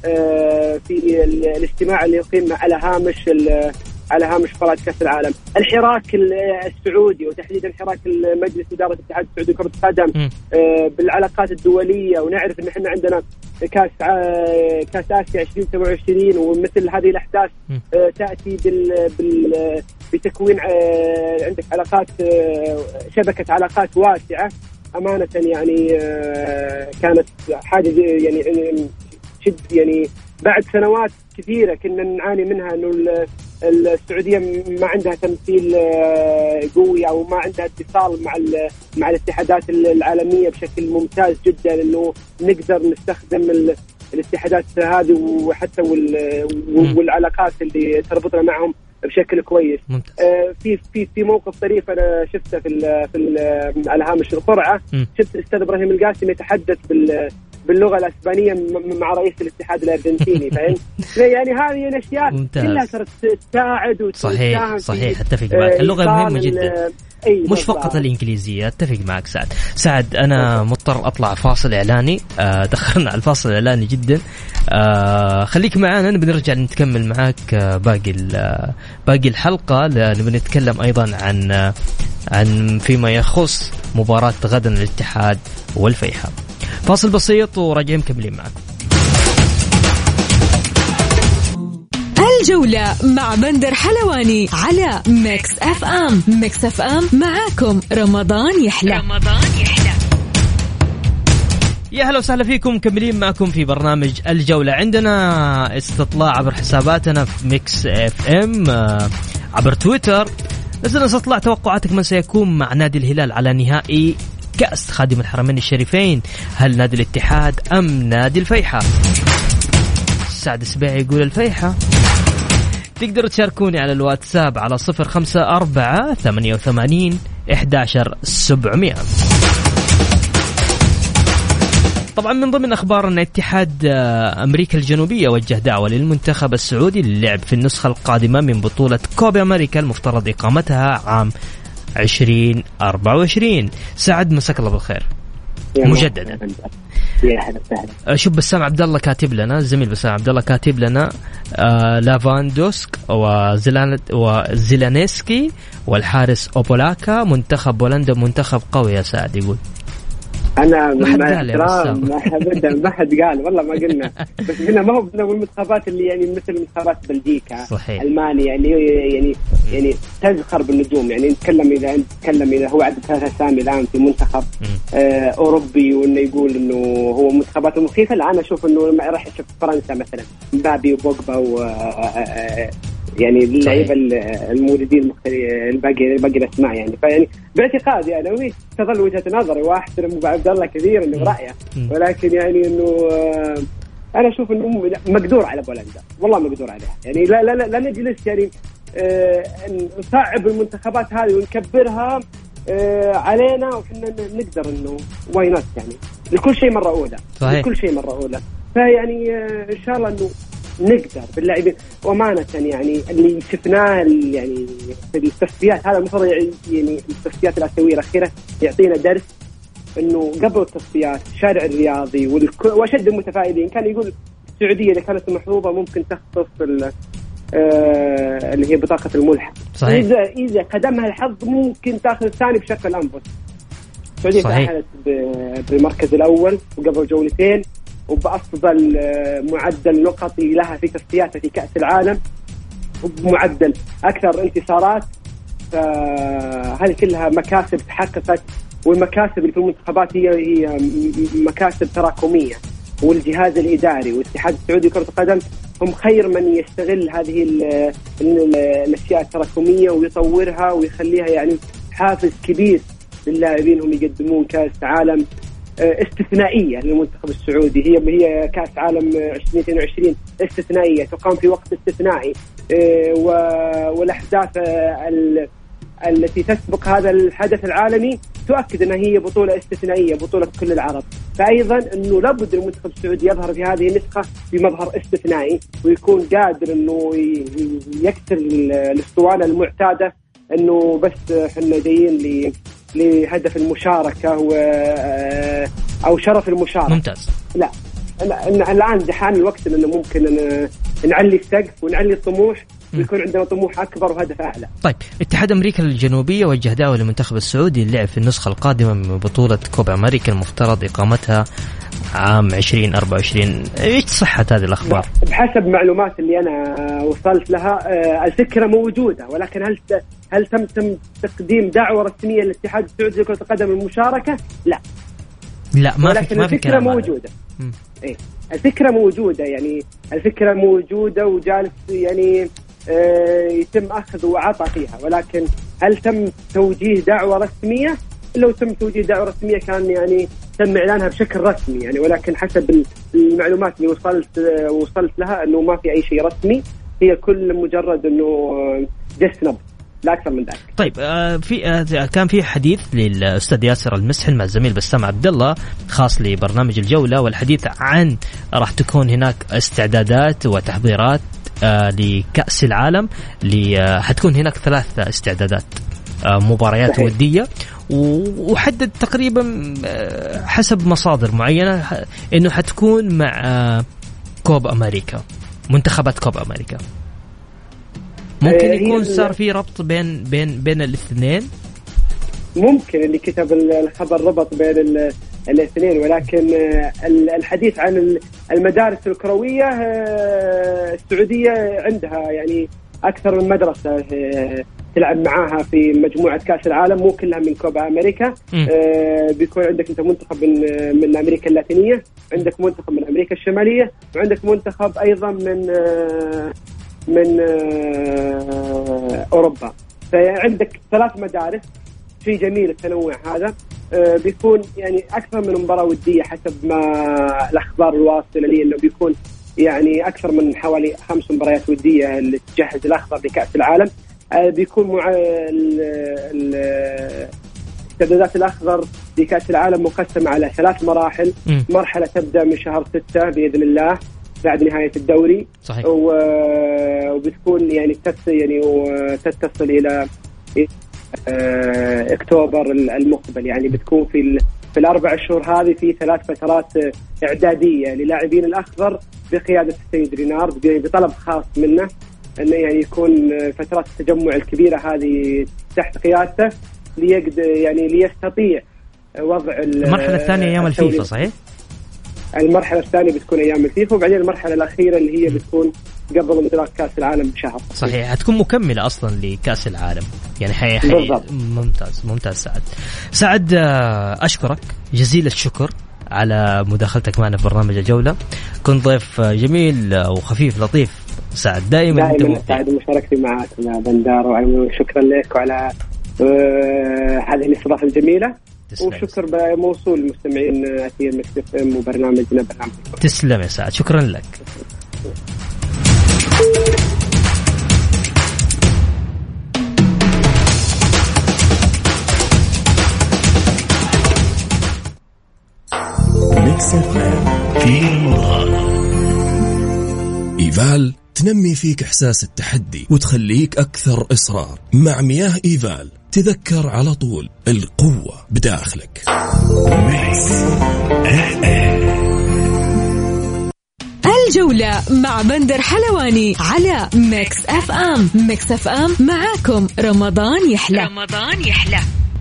Speaker 5: في الاجتماع اللي يقيم على هامش على هامش قرعة كأس العالم. الحراك السعودي وتحديدا حراك مجلس إدارة الاتحاد السعودي لكرة القدم بالعلاقات الدولية. ونعرف إن إحنا عندنا كأس كأس آسيا عشرين سبعة وعشرين ومثل هذه الأحداث تأتي بال بال بتكوين عندك علاقات شبكة علاقات واسعة أمانة. يعني كانت حاجة يعني شد يعني بعد سنوات كثيرة كنا نعاني منها إنه السعودية ما عندها تمثيل قوي أو ما عندها اتصال مع مع الاتحادات العالمية بشكل ممتاز جدا إنه نقدر نستخدم الاتحادات هذه وحتى والعلاقات اللي تربطنا معهم بشكل كويس. في في في موقف طريف أنا شفته في ال في ال على هامش القرعة. شفت الأستاذ إبراهيم القاسم يتحدث بال باللغة الأسبانية مع رئيس الاتحاد الأرجنتيني. فاهم يعني هذه الأشياء كلها ترى تساعد وتساهم.
Speaker 3: صحيح صحيح اتفق معك. اللغة مهمة جدا مش فقط الإنجليزية. اتفق معك سعد. سعد أنا مضطر أطلع فاصل إعلاني. آه دخلنا على الفاصل الإعلاني جدا. آه خليك معنا نبي نرجع نتكمل معك آه باقي باقي الحلقة نبي نتكلم أيضا عن آه عن فيما يخص مباراة غدا الاتحاد والفيحاء. فاصل بسيط وراجعين مكملين معكم.
Speaker 4: الجولة مع بندر حلواني على ميكس اف ام. ميكس اف ام معاكم رمضان يحلى. رمضان يحلى.
Speaker 3: يا هلا وسهلا فيكم مكملين معكم في برنامج الجولة. عندنا استطلاع عبر حساباتنا في ميكس اف ام عبر تويتر. نزلنا استطلاع توقعاتك من سيكون مع نادي الهلال على نهائي كأس خادم الحرمين الشريفين. هل نادي الاتحاد أم نادي الفيحاء؟ سعد سبيعي يقول الفيحاء. تقدروا تشاركوني على الواتساب على صفر خمسة أربعة ثمانية وثمانين أحد عشر سبعمية. طبعا من ضمن أخبار أن اتحاد أمريكا الجنوبية وجه دعوة للمنتخب السعودي للعب في النسخة القادمة من بطولة كوبا أمريكا المفترض إقامتها عام عشرين أربعة وعشرين. سعد مساك الله بالخير مجددا. شوف بسام عبد الله كاتب لنا الزميل بسام عبد الله كاتب لنا آه لافاندوسك وزيلانسكي والحارس أوبولاكا منتخب بولندا منتخب قوي يا سعد. يقول
Speaker 5: أنا
Speaker 3: ما حد قال
Speaker 5: ما حد ما حد قال والله ما قلنا. بس هنا ما هو من المنتخبات اللي يعني مثل منتخبات بلجيكا ألمانيا يعني يعني يعني تزخر بالنجوم. يعني نتكلم إذا نتكلم إذا هو عدد ثلاثة أسامي الآن في منتخب آه أوروبي وإنه يقول إنه هو منتخبات مخيفة. لا أنا أشوف إنه راح يشوف فرنسا مثلا مبابي وبوجبا و يعني اللعيبه المولدين المختلفين الباقي الباقي الاسماء يعني. فيعني باعتقاد يعني يعني تظل وجهه نظري واحترم ابو عبد الله كثير انه رايه. ولكن يعني انه انا اشوف انه مقدور على بولندا والله مقدور عليها. يعني لا لا لا, لا نجلس يعني نصعب المنتخبات هذه ونكبرها علينا، وحنا نقدر إنه واي نوت يعني لكل شيء مرة أولى. صحيح. لكل شيء مرة أولى. فيعني إن شاء الله إنه نقدر باللاعبين وأمانة. يعني اللي شفناه يعني في التصفيات هذا المفروض يعني التصفيات الآسيوية الأخيرة يعطينا درس إنه قبل التصفيات الشارع الرياضي وأشد المتفائلين كان يقول السعودية إذا كانت محظوظة ممكن تخطف آه اللي هي بطاقة الملحق. صحيح. إذا إذا قدمها الحظ ممكن تأخذ الثاني بشكل أنفس. السعودية تأهلت بالمركز الأول وقبل جولتين وبأفضل معدل نقطي لها في تصفياتها في كأس العالم وبمعدل أكثر انتصارات. فهذه كلها مكاسب تحققت، والمكاسب اللي في المنتخبات هي هي مكاسب تراكمية. والجهاز الإداري والاتحاد السعودي لكرة القدم هم خير من يستغل هذه الأشياء التراكمية ويطورها ويخليها يعني حافز كبير للاعبين هم يقدمون كأس عالم استثنائية للمنتخب السعودي. هي هي كأس عالم عشرين اثنين وعشرين استثنائية تقام في وقت استثنائي، والأحداث التي تسبق هذا الحدث العالمي تؤكد أنها هي بطولة استثنائية، بطولة كل العرب. فأيضا أنه لابد المنتخب السعودي يظهر في هذه النسخة بمظهر استثنائي ويكون قادر أنه يكسر الاسطوانة المعتادة أنه بس حنا جايين لهدف المشاركة أو شرف المشاركة.
Speaker 3: ممتاز.
Speaker 5: لا الآن حان الوقت أنه ممكن أن نعلي السقف ونعلي الطموح ويكون عندنا طموح أكبر وهدف أعلى.
Speaker 3: طيب، اتحاد أمريكا الجنوبية وجه دعوة للمنتخب السعودي اللعب في النسخة القادمة من بطولة كوبا أمريكا المفترض إقامتها عام عشرين أربعة وعشرين. إيش صحة هذه الأخبار؟
Speaker 5: بحسب معلومات اللي أنا وصلت لها الفكرة موجودة، ولكن هل هل تم تم تقديم دعوة رسمية للاتحاد السعودي لكرة القدم المشاركة؟ لا
Speaker 3: لا ما
Speaker 5: ولكن
Speaker 3: ما
Speaker 5: الفكرة موجودة. إيه الفكرة موجودة، يعني الفكرة موجودة وجالس يعني آه يتم أخذ وعطى فيها، ولكن هل تم توجيه دعوة رسمية؟ لو تم توجيه دعوة رسمية كان يعني تم إعلانها بشكل رسمي يعني، ولكن حسب المعلومات اللي وصلت آه وصلت لها أنه ما في أي شيء رسمي، هي كل مجرد أنه جس نبض لا أكثر من ذلك.
Speaker 3: طيب آه في آه كان في حديث للأستاذ ياسر المسحل مع الزميل بسام عبد الله خاص لبرنامج الجولة، والحديث عن راح تكون هناك استعدادات وتحضيرات آه لكأس العالم. آه حتكون هناك ثلاث استعدادات آه مباريات صحيح. ودية، وحدد تقريبا آه حسب مصادر معينة إنه حتكون مع آه كوب أمريكا، منتخبات كوب أمريكا. ممكن يكون صار في ربط بين بين بين الاثنين.
Speaker 5: ممكن اللي كتب الخبر ربط بين الاثنين، ولكن الحديث عن المدارس الكروية السعودية عندها يعني أكثر من مدرسة تلعب معاها في مجموعة كأس العالم، مو كلها من كوبا أمريكا. بيكون عندك أنت منتخب من من أمريكا اللاتينية، عندك منتخب من أمريكا الشمالية، وعندك منتخب أيضا من من أوروبا. فعندك ثلاث مدارس، شيء جميل التنوع هذا. بيكون يعني أكثر من مباراة ودية حسب ما الأخبار الواصلة لي، إنه بيكون يعني أكثر من حوالي خمس مباريات ودية اللي تجهز الأخضر لكأس العالم. بيكون مع استعدادات الأخضر لكأس العالم مقسمة على ثلاث مراحل. م. مرحلة تبدأ من شهر ستة بإذن الله بعد نهاية الدوري.
Speaker 3: صحيح.
Speaker 5: وبتكون يعني تتصل يعني وتتصل إلى أكتوبر المقبل. يعني بتكون في في الأربع شهور هذه في ثلاث فترات إعدادية للاعبين الأخضر بقيادة السيد رينارد بطلب خاص منه أنه يعني يكون فترات التجمع الكبيرة هذه تحت قيادته ليقدر يعني ليستطيع وضع
Speaker 3: المرحلة الثانية أيام الفيفا. صحيح.
Speaker 5: المرحلة الثانية بتكون أيام الفيفا، وبعدين المرحلة الأخيرة اللي هي بتكون قبل انطلاق كأس العالم بشهر.
Speaker 3: صحيح، هتكون مكملة أصلا لكأس العالم يعني. حي حي ممتاز ممتاز سعد. سعد أشكرك جزيل الشكر على مداخلتك معنا في برنامج الجولة. كنت ضيف جميل وخفيف لطيف سعد. دائما
Speaker 5: دائما سعد مشاركتي معك يا بندار، وشكرا لك وعلى هذه الاستضافة الجميلة. وشكر موصول للمستمعين أثير مكس اف ام وبرنامجنا برنامج.
Speaker 3: تسلم يا سعد، شكرا لك.
Speaker 1: ميكس اف ام في رمضان.
Speaker 6: إيفال تنمي فيك إحساس التحدي وتخليك أكثر إصرار. مع مياه إيفال تذكر على طول القوة بداخلك.
Speaker 4: الجولة مع بندر حلواني على ميكس اف ام. ميكس اف ام معاكم رمضان يحلى. رمضان يحلى.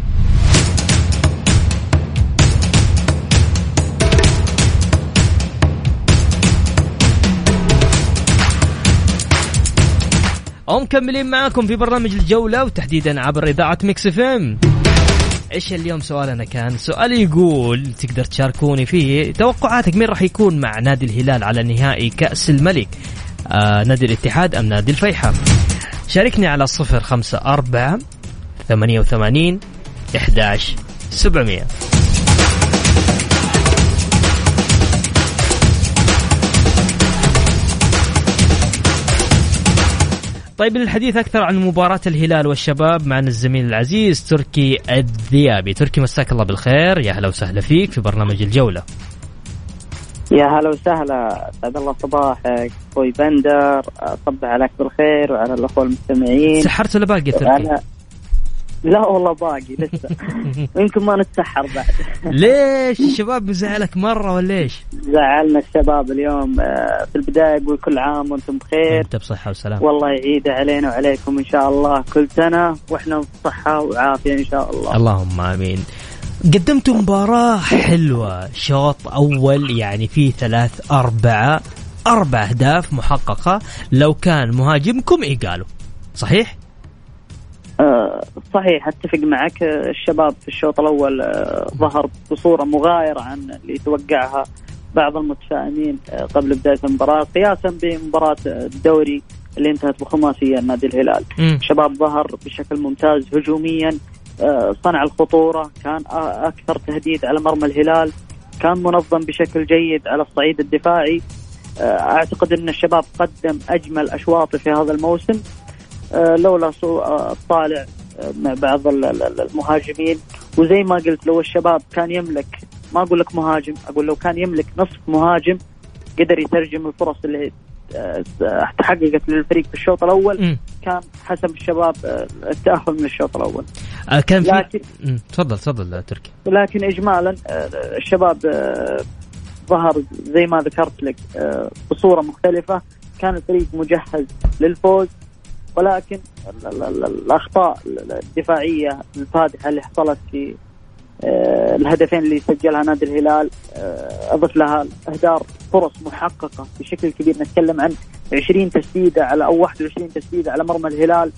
Speaker 3: ومكملين معاكم في برنامج الجولة وتحديدا عبر إذاعة ميكس اف ام. إيش اليوم سؤالنا كان؟ سؤال يقول تقدر تشاركوني فيه توقعاتك مين راح يكون مع نادي الهلال على نهائي كأس الملك، آه نادي الاتحاد أم نادي الفيحاء؟ شاركني على صفر خمسة أربعة ثمانية وثمانين إحداش سبعمية. طيب للحديث أكثر عن مباراة الهلال والشباب معنا الزميل العزيز تركي الذيابي. تركي مساك الله بالخير، يا هلا وسهلا فيك في برنامج الجولة.
Speaker 7: يا هلا وسهلا، سعد الله صباحك أخوي بندر، صبح عليك بالخير وعلى الأخوة المستمعين.
Speaker 3: سحرت ولا باقي تركي؟
Speaker 7: أنا... لا والله باقي لسه. يمكن ما نتسحر بعد.
Speaker 3: ليش الشباب مزعلك مرة ولا ليش؟
Speaker 7: زعلنا الشباب اليوم. في البداية أقول كل عام وأنتم بخير،
Speaker 3: أنت بصحة وسلام،
Speaker 7: والله يعيد علينا وعليكم إن شاء الله كل سنة وإحنا بصحة وعافية إن شاء الله.
Speaker 3: اللهم آمين. قدمتوا مباراة حلوة، شوط أول يعني فيه ثلاث أربعة أربع أهداف محققة لو كان مهاجمكم إيقالوا، صحيح؟
Speaker 7: أه صحيح، أتفق معك. الشباب في الشوط الأول أه ظهر بصورة مغايرة عن اللي توقعها بعض المتفائمين أه قبل بداية المباراة، قياسا بمباراة الدوري اللي انتهت بخماسية نادي الهلال. م. الشباب ظهر بشكل ممتاز هجوميا، أه صنع الخطورة، كان أكثر تهديد على مرمى الهلال، كان منظم بشكل جيد على الصعيد الدفاعي. أه أعتقد أن الشباب قدم أجمل أشواطه في هذا الموسم، لولا سوء الطالع مع بعض المهاجمين. وزي ما قلت لو الشباب كان يملك، ما أقول لك مهاجم، أقول لو كان يملك نصف مهاجم قدر يترجم الفرص اللي تحققت للفريق في الشوط الأول م. كان حسب الشباب التأهل من الشوط الأول.
Speaker 3: كان لكن تفضل تفضل تركي.
Speaker 7: لكن إجمالا الشباب ظهر زي ما ذكرت لك بصورة مختلفة، كان الفريق مجهز للفوز، ولكن الأخطاء الدفاعية الفادحة اللي حصلت في الهدفين اللي سجلها نادي الهلال أضف لها إهدار فرص محققة بشكل كبير. نتكلم عن عشرين تسديدة على أو واحد وعشرين تسديدة على مرمى الهلال،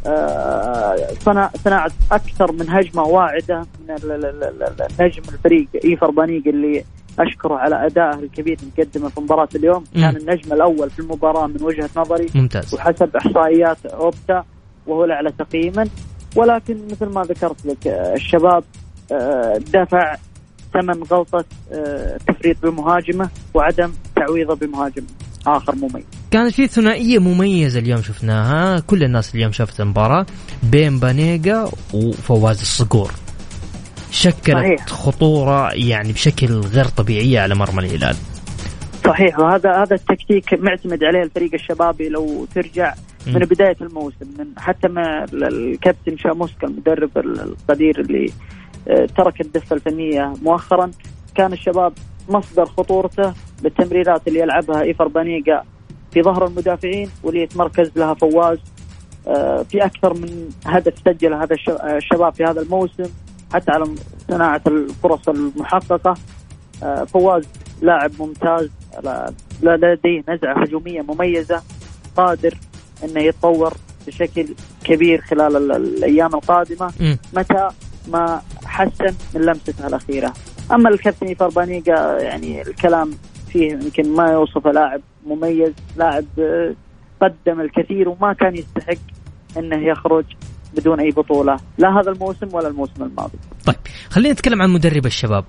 Speaker 7: صنع صناعة أكثر من هجمة واعدة من نجم الفريق إيفر بانيق اللي أشكره على أدائه الكبير مقدمه في مباراة اليوم. م. كان النجم الأول في المباراة من وجهة نظري.
Speaker 3: ممتاز.
Speaker 7: وحسب إحصائيات أوبتا وهو الأعلى تقييما. ولكن مثل ما ذكرت لك الشباب دفع ثمن غلطة تفريط بالمهاجمة وعدم تعويضه بمهاجم آخر مميز.
Speaker 3: كانت في ثنائية مميزة اليوم شفناها، كل الناس اليوم شافت المباراة بين بانيجا وفواز الصقور، شكلت صحيح. خطورة يعني بشكل غير طبيعية على مرمى الهلال.
Speaker 7: صحيح، وهذا هذا التكتيك معتمد عليه الفريق الشبابي. لو ترجع م. من بداية الموسم، من حتى مع الكابتن شاموسكا المدرب القدير اللي ترك الدفة الفنية مؤخرا، كان الشباب مصدر خطورته بالتمريرات اللي يلعبها إيفر بانيجا في ظهر المدافعين واللي يتمركز لها فواز. في أكثر من هدف سجل هذا الشباب في هذا الموسم، حتى على صناعة الفرص المحققة. فواز لاعب ممتاز، لديه نزعة هجومية مميزة، قادر أنه يتطور بشكل كبير خلال الأيام القادمة م. متى ما حسن من لمسته الأخيرة. أما الكابتن إيفر بانيجا يعني الكلام فيه يمكن ما يوصف، لاعب مميز، لاعب قدم الكثير وما كان يستحق أنه يخرج بدون أي بطولة، لا هذا الموسم ولا الموسم الماضي.
Speaker 3: طيب خلينا نتكلم عن مدرب الشباب.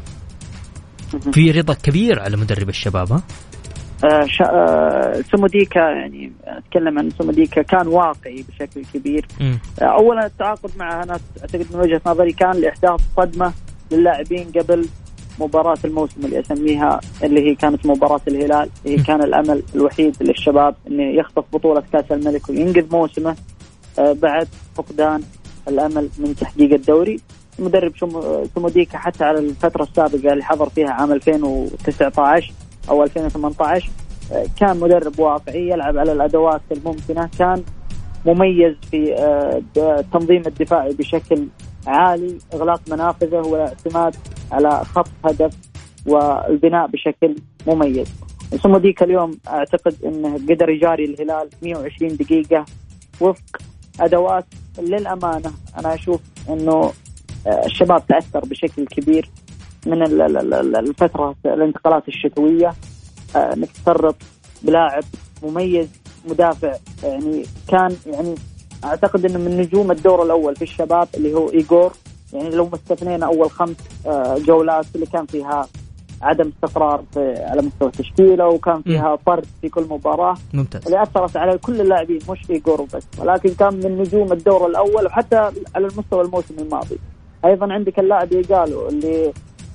Speaker 3: في رضا كبير على مدرب الشباب. ها
Speaker 7: آه شا... آه سموديكا، يعني أتكلم عن سموديكا، كان واقعي بشكل كبير. آه أولا التعاقد معه أنا أعتقد من وجهة نظري كان لإحداث صدمة للاعبين قبل مباراة الموسم اللي أسميها اللي هي كانت مباراة الهلال، هي كان الأمل الوحيد للشباب إنه يخطف بطولة كأس الملك وينقذ موسمه بعد فقدان الأمل من تحقيق الدوري. المدرب سموديكا حتى على الفترة السابقة اللي حضر فيها عام ألفين وتسعة عشر أو ألفين وثمانية عشر كان مدرب واقعي يلعب على الأدوات الممكنة، كان مميز في التنظيم الدفاعي بشكل عالي، إغلاق منافذه والاعتماد على خط هدف والبناء بشكل مميز. سموديكا اليوم أعتقد أنه قدر يجاري الهلال مئة وعشرين دقيقة وفق أدوات للأمانة. أنا أشوف أنه الشباب تأثر بشكل كبير من الفترة الانتقالات الشتوية، انك تفرط بلاعب مميز مدافع يعني كان يعني اعتقد انه من نجوم الدور الاول في الشباب اللي هو إيغور. يعني لو استثنينا اول خمس جولات اللي كان فيها عدم استقرار في على مستوى التشكيله وكان فيها طرد في كل مباراه
Speaker 3: ممتاز
Speaker 7: اللي اثرت على كل اللاعبين مش إيغور بس، ولكن كان من نجوم الدور الاول وحتى على المستوى الموسم الماضي. ايضا عندك اللاعب يقالوا اللي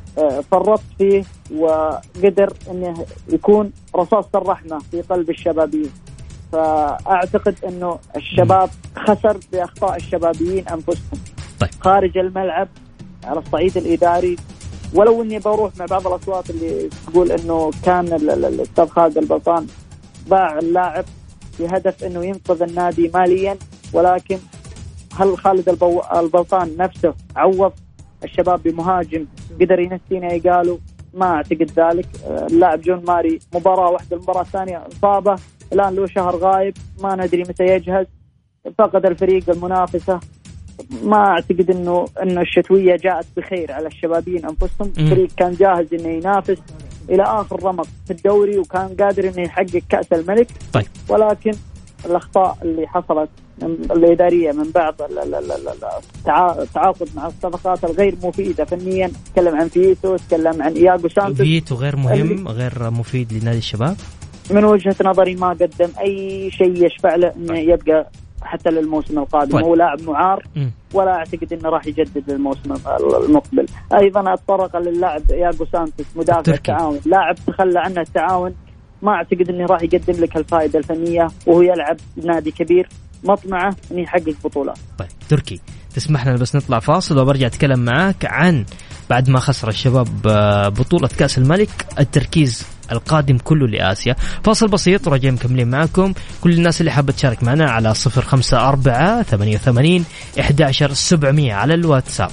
Speaker 7: فرط فيه وقدر انه يكون رصاص الرحمه في قلب الشبابيين. فاعتقد انه الشباب خسر باخطاء الشبابيين انفسهم
Speaker 3: طيب.
Speaker 7: خارج الملعب على الصعيد الاداري، ولو اني بروح مع بعض الاصوات اللي تقول انه كان الاستاذ خالد البلطان باع اللاعب بهدف انه ينقذ النادي ماليا، ولكن هل خالد البلطان نفسه عوض الشباب بمهاجم قدر ينسينا يقالوا؟ ما أعتقد ذلك. اللاعب جون ماري مباراة واحدة المباراة الثانية إصابة، الآن له شهر غايب، ما ندري متى يجهز، فقد الفريق المنافسة. ما أعتقد إنه إنه الشتوية جاءت بخير على الشبابين أنفسهم. الفريق كان جاهز إنه ينافس إلى آخر رمق في الدوري وكان قادر إنه يحقق كأس الملك
Speaker 3: طيب.
Speaker 7: ولكن الأخطاء اللي حصلت الإدارية من بعض التعاقد مع الصفقات الغير مفيدة فنيا، تكلم عن فيتو، تكلم عن إياغو سانتوس.
Speaker 3: فيتو غير مهم غير مفيد لنادي الشباب
Speaker 7: من وجهة نظري، ما قدم أي شيء يشفع له إنه يبقى حتى للموسم القادم.
Speaker 3: طيب.
Speaker 7: هو لاعب معار ولا أعتقد إنه راح يجدد للموسم المقبل. أيضا أتطرق للاعب إياغو سانتوس مدافع التعاون، لاعب تخلى عنه التعاون، ما أعتقد إنه راح يقدم لك الفائدة الفنية وهو يلعب نادي كبير مطمعه إنه يحقق بطولات.
Speaker 3: طيب تركي تسمح لنا بس نطلع فاصل وبرجع أتكلم معاك عن بعد ما خسر الشباب بطولة كأس الملك التركيز القادم كله لآسيا. فاصل بسيط ورجع مكملين معكم. كل الناس اللي حابة تشارك معنا على صفر خمسة أربعة ثمانية ثمانين إحدى عشر سبعمية على الواتساب.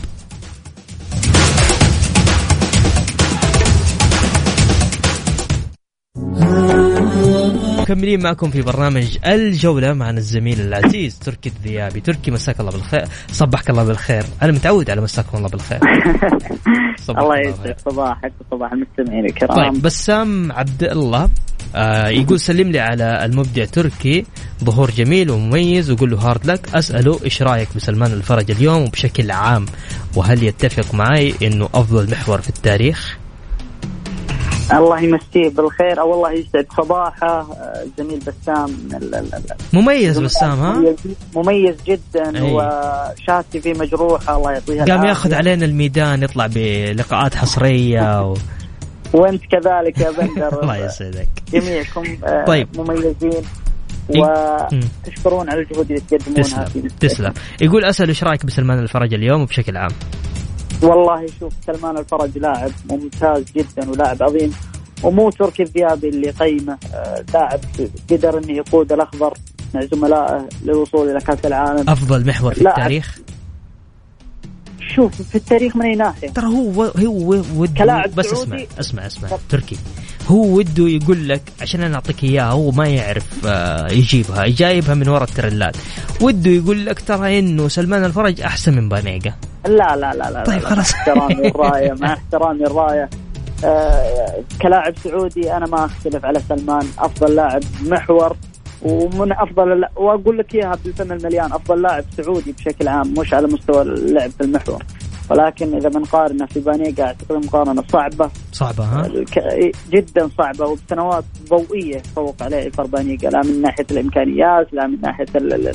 Speaker 3: مكملين معكم في برنامج الجولة معنا الزميل العزيز تركي الذيابي. تركي مساك الله بالخير، صبحك الله بالخير. أنا متعود على مساكم الله بالخير.
Speaker 7: الله يسعدك صباحك وصباح المستمعين الكرام.
Speaker 3: طيب بسام عبد الله آه يقول سلم لي على المبدع تركي، ظهور جميل ومميز وقول له هارد لك. أسأله إيش رأيك بسلمان الفرج اليوم وبشكل عام، وهل يتفق معي إنه أفضل محور في التاريخ؟
Speaker 7: الله يمسيه بالخير او الله يسعد صباحه زميل بسام.
Speaker 3: مميز بسام ها
Speaker 7: مميز جدا. أي. وشاتي في مجروحه الله يعطيها
Speaker 3: قام ياخذ علينا الميدان، يطلع بلقاءات حصريه و...
Speaker 7: وانت كذلك يا بندر.
Speaker 3: الله يسعدك
Speaker 7: جميعكم.
Speaker 3: طيب.
Speaker 7: مميزين وتشكرون على الجهود اللي تقدمونها.
Speaker 3: تسلم. تسلم. يقول أسأل إيش رأيك بسلمان الفرج اليوم وبشكل عام؟
Speaker 7: والله شوف سلمان الفرج لاعب ممتاز جدا ولاعب عظيم، ومو تركي الذيابي اللي قيمه. لاعب قدر انه يقود الاخضر مع زملائه للوصول الى كاس العالم.
Speaker 3: افضل محور في التاريخ.
Speaker 7: شوف في التاريخ من اي ناحيه
Speaker 3: ترى هو هو وده بس اسمع اسمع اسمع تركي هو وده يقول لك عشان انا اعطيك اياها، هو ما يعرف يجيبها، جايبها من وراء الترلات. وده يقول لك ترى انه سلمان الفرج احسن من بانيجا.
Speaker 7: لا لا لا لا
Speaker 3: طيب خلاص.
Speaker 7: احترامي الرايه مع احترامي الرايه آه كلاعب سعودي انا ما اختلف على سلمان. افضل لاعب محور ومن افضل، واقول لك اياها بالفم المليان، افضل لاعب سعودي بشكل عام مش على مستوى اللعب في المحور. ولكن اذا بنقارنه في بانيجا اعتقد مقارنه صعبه
Speaker 3: صعبه ها
Speaker 7: جدا صعبه، وبسنوات ضوئيه تفوق عليه فربانيجا، لا من ناحيه الامكانيات لا من ناحيه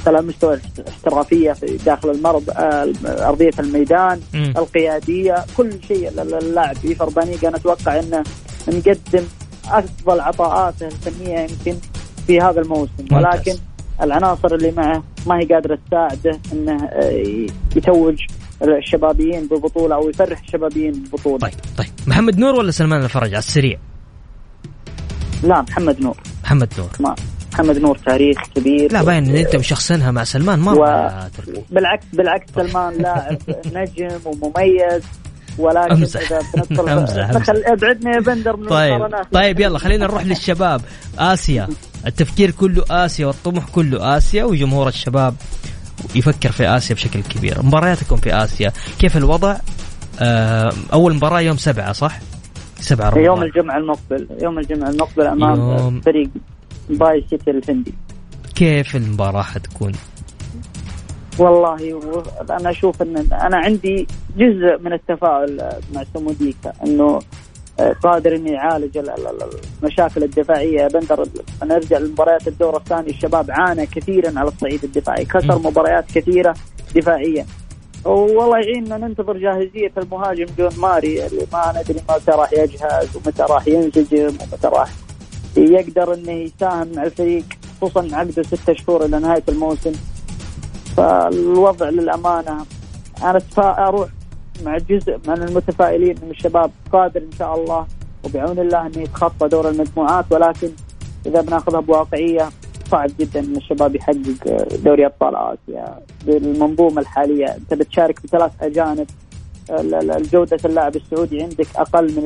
Speaker 7: على مستوى الاحترافية في داخل المرض، أرضية الميدان، م. القيادية، كل شيء اللاعب إيفر بانيجا أنا أتوقع أنه نقدم أفضل عطاءاته الفنية يمكن في هذا الموسم، ولكن العناصر اللي معه ما هي قادرة تساعده أنه يتوج الشبابيين ببطولة أو يفرح الشبابيين ببطولة.
Speaker 3: طيب طيب محمد نور ولا سلمان الفرج على السريع؟
Speaker 7: لا محمد نور.
Speaker 3: محمد نور
Speaker 7: ما محمد نور تاريخ كبير.
Speaker 3: لا باين ان انت مشخصنها مع سلمان مرة
Speaker 7: و... بالعكس بالعكس سلمان لاعب نجم ومميز، ولكن
Speaker 3: أمزح.
Speaker 7: إذا بندخل ابعدنا يا بندر من
Speaker 3: طيب.
Speaker 7: المقارنات.
Speaker 3: طيب يلا خلينا نروح للشباب. آسيا، التفكير كله آسيا والطموح كله آسيا، وجمهور الشباب يفكر في آسيا بشكل كبير. مبارياتكم في آسيا كيف الوضع؟ أول مباراة يوم سبعة صح؟ سبعة رمضان.
Speaker 7: يوم الجمعة المقبل يوم الجمعة المقبل أمام يوم... فريق باي سيتي الهندي.
Speaker 3: كيف المباراة حتكون؟
Speaker 7: والله أنا أشوف أن أنا عندي جزء من التفاؤل مع سموديكا أنه قادر أن يعالج المشاكل الدفاعية. بندر نرجع لمباريات الدور الثاني، الشباب عانى كثيرا على الصعيد الدفاعي، كسر مباريات كثيرة دفاعيا، والله يعيننا ننتظر جاهزية المهاجم جون ماري اللي ما ندري متى راح يجهز ومتى راح ينسجم ومتى راح يقدر أنه يساهم مع الفريق، خصوصا عقده ستة شهور إلى نهاية الموسم. فالوضع للأمانة أنا أروح مع جزء من المتفائلين من الشباب قادر إن شاء الله وبعون الله أنه يتخطى دور المجموعات، ولكن إذا بناخذها بواقعية صعب جدا أن الشباب يحقق دوري أبطال آسيا بالمنظومة الحالية. أنت بتشارك بثلاث أجانب، الجودة اللاعب السعودي عندك أقل من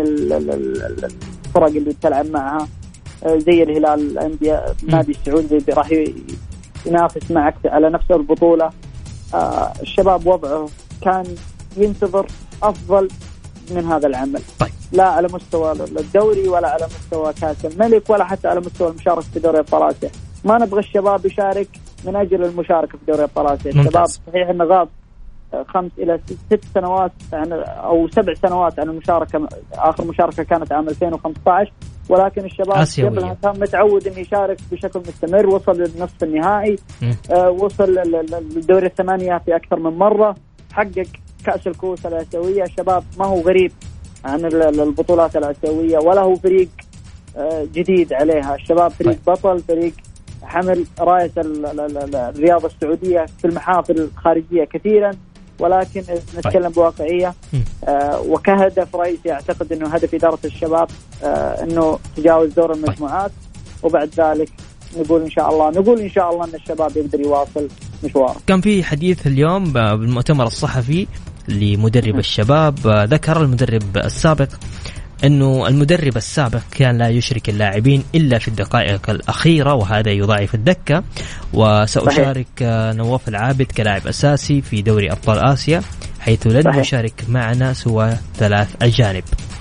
Speaker 7: الفرق اللي بتلعب معها، زي الهلال الأندية النادي السعودي راح ينافس معك على نفس البطولة. الشباب وضعه كان ينتظر أفضل من هذا العمل.
Speaker 3: طيب.
Speaker 7: لا على مستوى الدوري ولا على مستوى كأس الملك ولا حتى على مستوى المشاركة في دوري أبطال آسيا. ما نبغى الشباب يشارك من أجل المشاركة في دوري أبطال آسيا. الشباب صحيح أنه غاب خمس إلى ست سنوات عن أو سبع سنوات عن المشاركة، آخر مشاركة كانت عام ألفين وخمسة عشر، ولكن الشباب قبلها كان متعود أن يشارك بشكل مستمر، وصل للنصف النهائي، آه وصل للدوري الثمانية في أكثر من مرة، حقق كأس الكؤوس الآسيوية. الشباب ما هو غريب عن البطولات الآسيوية ولا هو فريق آه جديد عليها. الشباب فريق بطل، فريق حمل راية الرياضة السعودية في المحافل الخارجية كثيرا، ولكن نتكلم بواقعية آه وكهدف رئيسي أعتقد أنه هدف إدارة الشباب آه أنه تجاوز دور المجموعات، وبعد ذلك نقول إن شاء الله نقول إن شاء الله أن الشباب يقدر يواصل مشواره.
Speaker 3: كان في حديث اليوم بالمؤتمر الصحفي لمدرب الشباب، ذكر المدرب السابق أنه المدرب السابق كان لا يشرك اللاعبين إلا في الدقائق الأخيرة، وهذا يضاعف الدكة. وسأشارك نواف العابد كلاعب أساسي في دوري أبطال آسيا، حيث لن صحيح. يشارك معنا سوى ثلاث أجانب.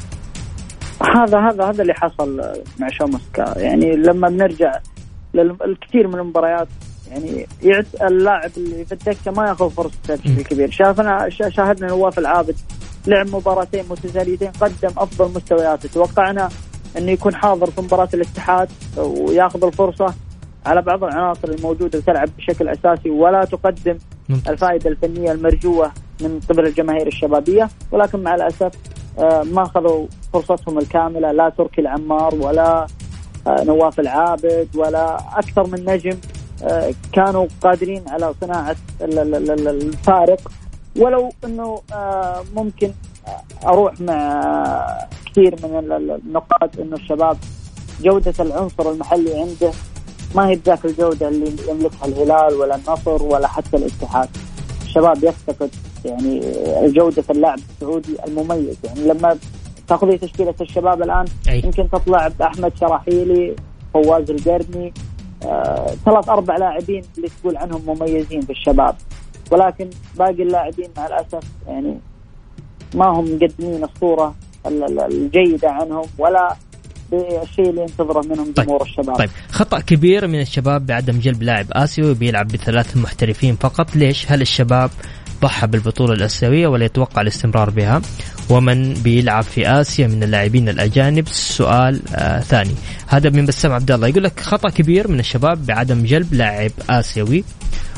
Speaker 7: هذا هذا هذا اللي حصل مع شاموسكا. يعني لما بنرجع للكثير من المباريات يعني يعد اللاعب اللي في الدكة ما يأخذ فرصة بشكل كبير. شافنا شاهدنا نواف العابد لعب مباراتين متتاليتين، قدم أفضل مستوياته. توقعنا أنه يكون حاضر في مباراة الاتحاد ويأخذ الفرصة على بعض العناصر الموجودة وتلعب بشكل أساسي ولا تقدم الفائدة الفنية المرجوة من قبل الجماهير الشبابية، ولكن مع الأسف ما أخذوا فرصتهم الكاملة، لا تركي العمار ولا نواف العابد ولا أكثر من نجم كانوا قادرين على صناعة الفارق. ولو أنه ممكن أروح مع كثير من النقاط أنه الشباب جودة العنصر المحلي عنده ما هي ذاك الجودة اللي يملكها الهلال ولا النصر ولا حتى الاتحاد. الشباب يفتقد يعني جودة اللاعب السعودي المميز. يعني لما تأخذي تشكيلة الشباب الآن أي. يمكن تطلع بأحمد شراحيلي، فواز القرني، آه، ثلاث أربع لاعبين اللي تقول عنهم مميزين في الشباب، ولكن باقي اللاعبين مع الأسف يعني ما هم مقدمين الصورة الجيدة عنهم ولا الشيء اللي ينتظره منهم جمهور طيب. الشباب.
Speaker 3: طيب خطأ كبير من الشباب بعدم جلب لاعب آسيوي بيلعب بثلاث محترفين فقط. ليش؟ هل الشباب ضحى بالبطولة الآسيوية ولا يتوقع الاستمرار بها؟ ومن بيلعب في آسيا من اللاعبين الأجانب؟ سؤال آه ثاني. هذا من بسام عبد الله يقول لك خطأ كبير من الشباب بعدم جلب لاعب آسيوي،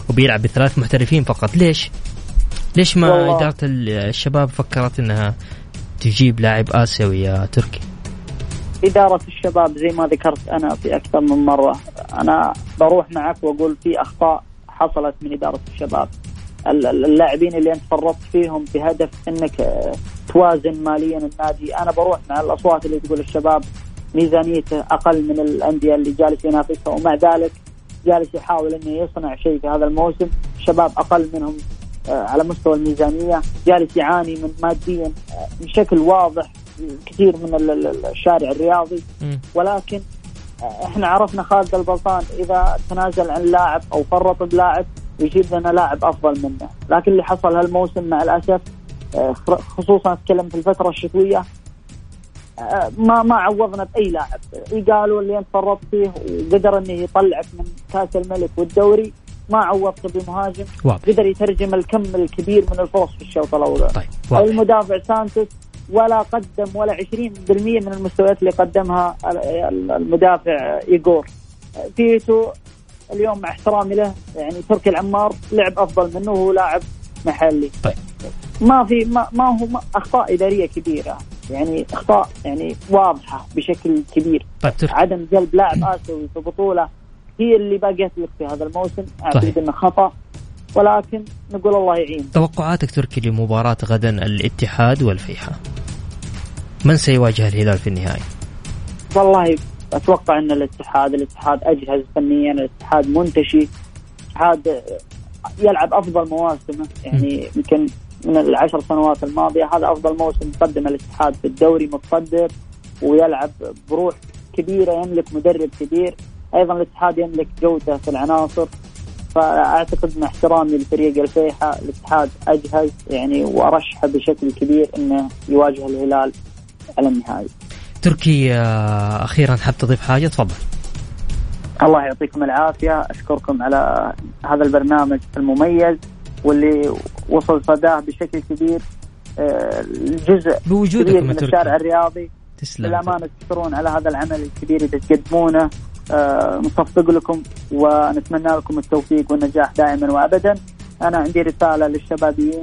Speaker 3: وبيلعب بثلاث محترفين فقط. ليش ليش ما
Speaker 7: والله.
Speaker 3: إدارة الشباب فكرت أنها تجيب لاعب آسيوي يا تركي؟
Speaker 7: إدارة الشباب زي ما ذكرت أنا في أكثر من مرة، أنا بروح معك وأقول في أخطاء حصلت من إدارة الشباب. اللاعبين اللي أنت فرطت فيهم بهدف أنك توازن ماليا النادي، أنا بروح مع الأصوات اللي تقول الشباب ميزانيته أقل من الأندية اللي جالس ينافسها، ومع ذلك جالس يحاول أنه يصنع شيء في هذا الموسم. الشباب أقل منهم على مستوى الميزانية، جالس يعاني من ماديا بشكل واضح كثير من الشارع الرياضي. ولكن احنا عرفنا خالد البلطان إذا تنازل عن لاعب أو فرط بلاعب يجيب لنا لاعب أفضل منه. لكن اللي حصل هالموسم مع الأسف، خصوصا أتكلم في الفترة الشتوية، ما ما عوضنا بأي لاعب. قالوا اللي انت فرط فيه وقدر انه يطلعك من كاس الملك والدوري، ما عوضته بمهاجم واضح. قدر يترجم الكم الكبير من الفرص في الشوط الأول.
Speaker 3: طيب.
Speaker 7: المدافع سانتوس ولا قدم ولا عشرين بالمئة من المستويات اللي قدمها المدافع إيغور. فيتو اليوم مع احترامي له يعني تركي العمار لعب أفضل منه وهو لاعب محلي.
Speaker 3: طيب.
Speaker 7: ما في ما, ما هو ما أخطاء إدارية كبيرة، يعني أخطاء يعني واضحة بشكل كبير.
Speaker 3: طيب.
Speaker 7: عدم جلب لاعب آسيوي في بطولة هي اللي باقيت لك في هذا الموسم، أعتقد أنه خطأ، ولكن نقول الله يعين.
Speaker 3: توقعاتك تركي لمباراة غدا الاتحاد والفيحاء، من سيواجه الهلال في النهاية؟
Speaker 7: والله أتوقع أن الاتحاد الاتحاد أجهز فنيا، الاتحاد منتشي، الاتحاد يلعب أفضل مواسمه، يعني يمكن من العشر سنوات الماضية هذا أفضل موسم قدم الاتحاد في الدوري، متصدر ويلعب بروح كبيرة، يملك مدرب كبير. أيضا الاتحاد يملك جودة في العناصر، فأعتقد مع احترامي لفريق الفيحاء الاتحاد أجهز يعني وأرشح بشكل كبير أنه يواجه الهلال على النهائي.
Speaker 3: تركي أخيرا حاب تضيف حاجة؟ تفضل.
Speaker 7: الله يعطيكم العافية، أشكركم على هذا البرنامج المميز واللي وصل صداه بشكل كبير، الجزء
Speaker 3: بوجودكم
Speaker 7: من الشارع الرياضي.
Speaker 3: تسلم.
Speaker 7: بالأمانة تشكرون على هذا العمل الكبير اللي تقدمونه، نصفق لكم ونتمنى لكم التوفيق والنجاح دائما وأبدا. أنا عندي رسالة للشبابيين،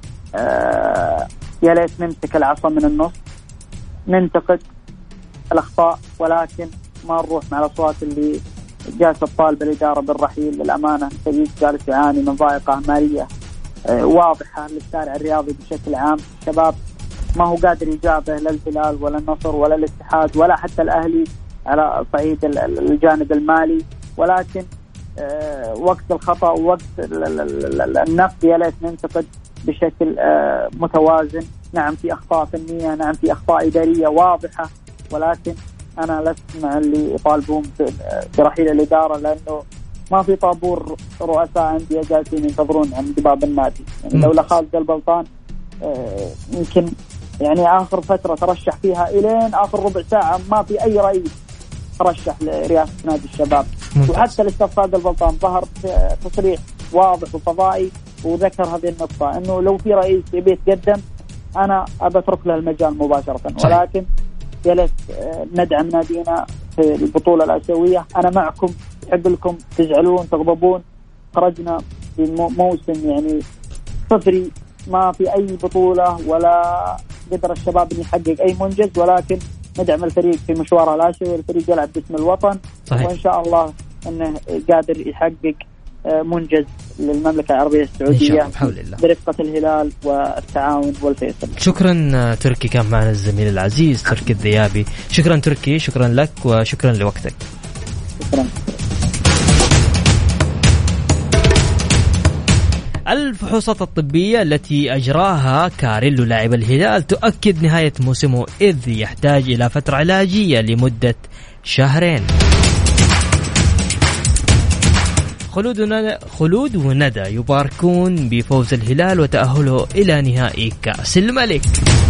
Speaker 7: يا ليت نمسك العصا من النص، ننتقد الأخطاء ولكن ما نروح مع الأصوات اللي جالسة تطالب الإدارة بالرحيل. للأمانة الفريق جالس يعاني من ضائقة مالية واضحة للشارع الرياضي بشكل عام. الشباب ما هو قادر يجابه لا الهلال ولا النصر ولا الاتحاد ولا حتى الأهلي على صعيد الجانب المالي، ولكن وقت الخطأ ووقت النقد يا ليت ننتقد بشكل متوازن. نعم في أخطاء فنية، نعم في أخطاء إدارية واضحة، ولكن أنا لست مع اللي يطالبون برحيل الإدارة، لأنه ما في طابور رؤساء أندية جالسين ينتظرون عند باب النادي. يعني لولا خالد البلطان يمكن يعني آخر فترة ترشح فيها إلين آخر ربع ساعة ما في أي رئيس ترشح لرئاسة نادي الشباب.
Speaker 3: ممتاز.
Speaker 7: وحتى الأستاذ خالد البلطان ظهر في تصريح واضح وفضائي وذكر هذه النقطة، إنه لو في رئيس يبي يتقدم أنا أبى أترك له المجال مباشرة. ولكن يا ليت ندعم نادينا في البطولة الآسيوية. أنا معكم، يحب لكم تزعلون تغضبون، خرجنا بموسم يعني صفري، ما في أي بطولة ولا قدر الشباب أن يحقق أي منجز، ولكن ندعم الفريق في مشواره الآسيوي. الفريق يلعب باسم الوطن. صحيح. وإن شاء الله أنه قادر يحقق منجز للمملكة العربية السعودية برفقة الهلال والتعاون والفيصل.
Speaker 3: شكرا تركي، كان معنا الزميل العزيز تركي الذيابي. شكرا تركي، شكرا لك وشكرا لوقتك.
Speaker 7: شكرا.
Speaker 3: الفحوصات الطبية التي أجراها كاريلو لاعب الهلال تؤكد نهاية موسمه، إذ يحتاج إلى فترة علاجية لمدة شهرين. خلود خلود وندى يباركون بفوز الهلال وتأهله إلى نهائي كأس الملك.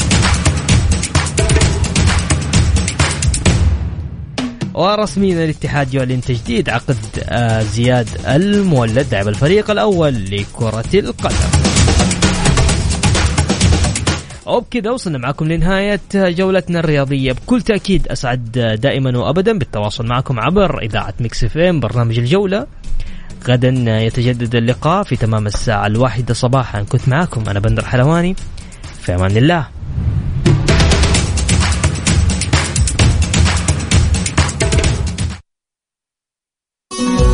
Speaker 3: ورسميا الاتحاد يعلن تجديد عقد زياد المولد لاعب الفريق الأول لكرة القدم. وبكذا وصلنا معكم لنهاية جولتنا الرياضية. بكل تأكيد أسعد دائما وأبدا بالتواصل معكم عبر إذاعة ميكس إف إم برنامج الجولة. غدا يتجدد اللقاء في تمام الساعة الواحدة صباحا. كنت معكم أنا بندر حلواني، في أمان الله.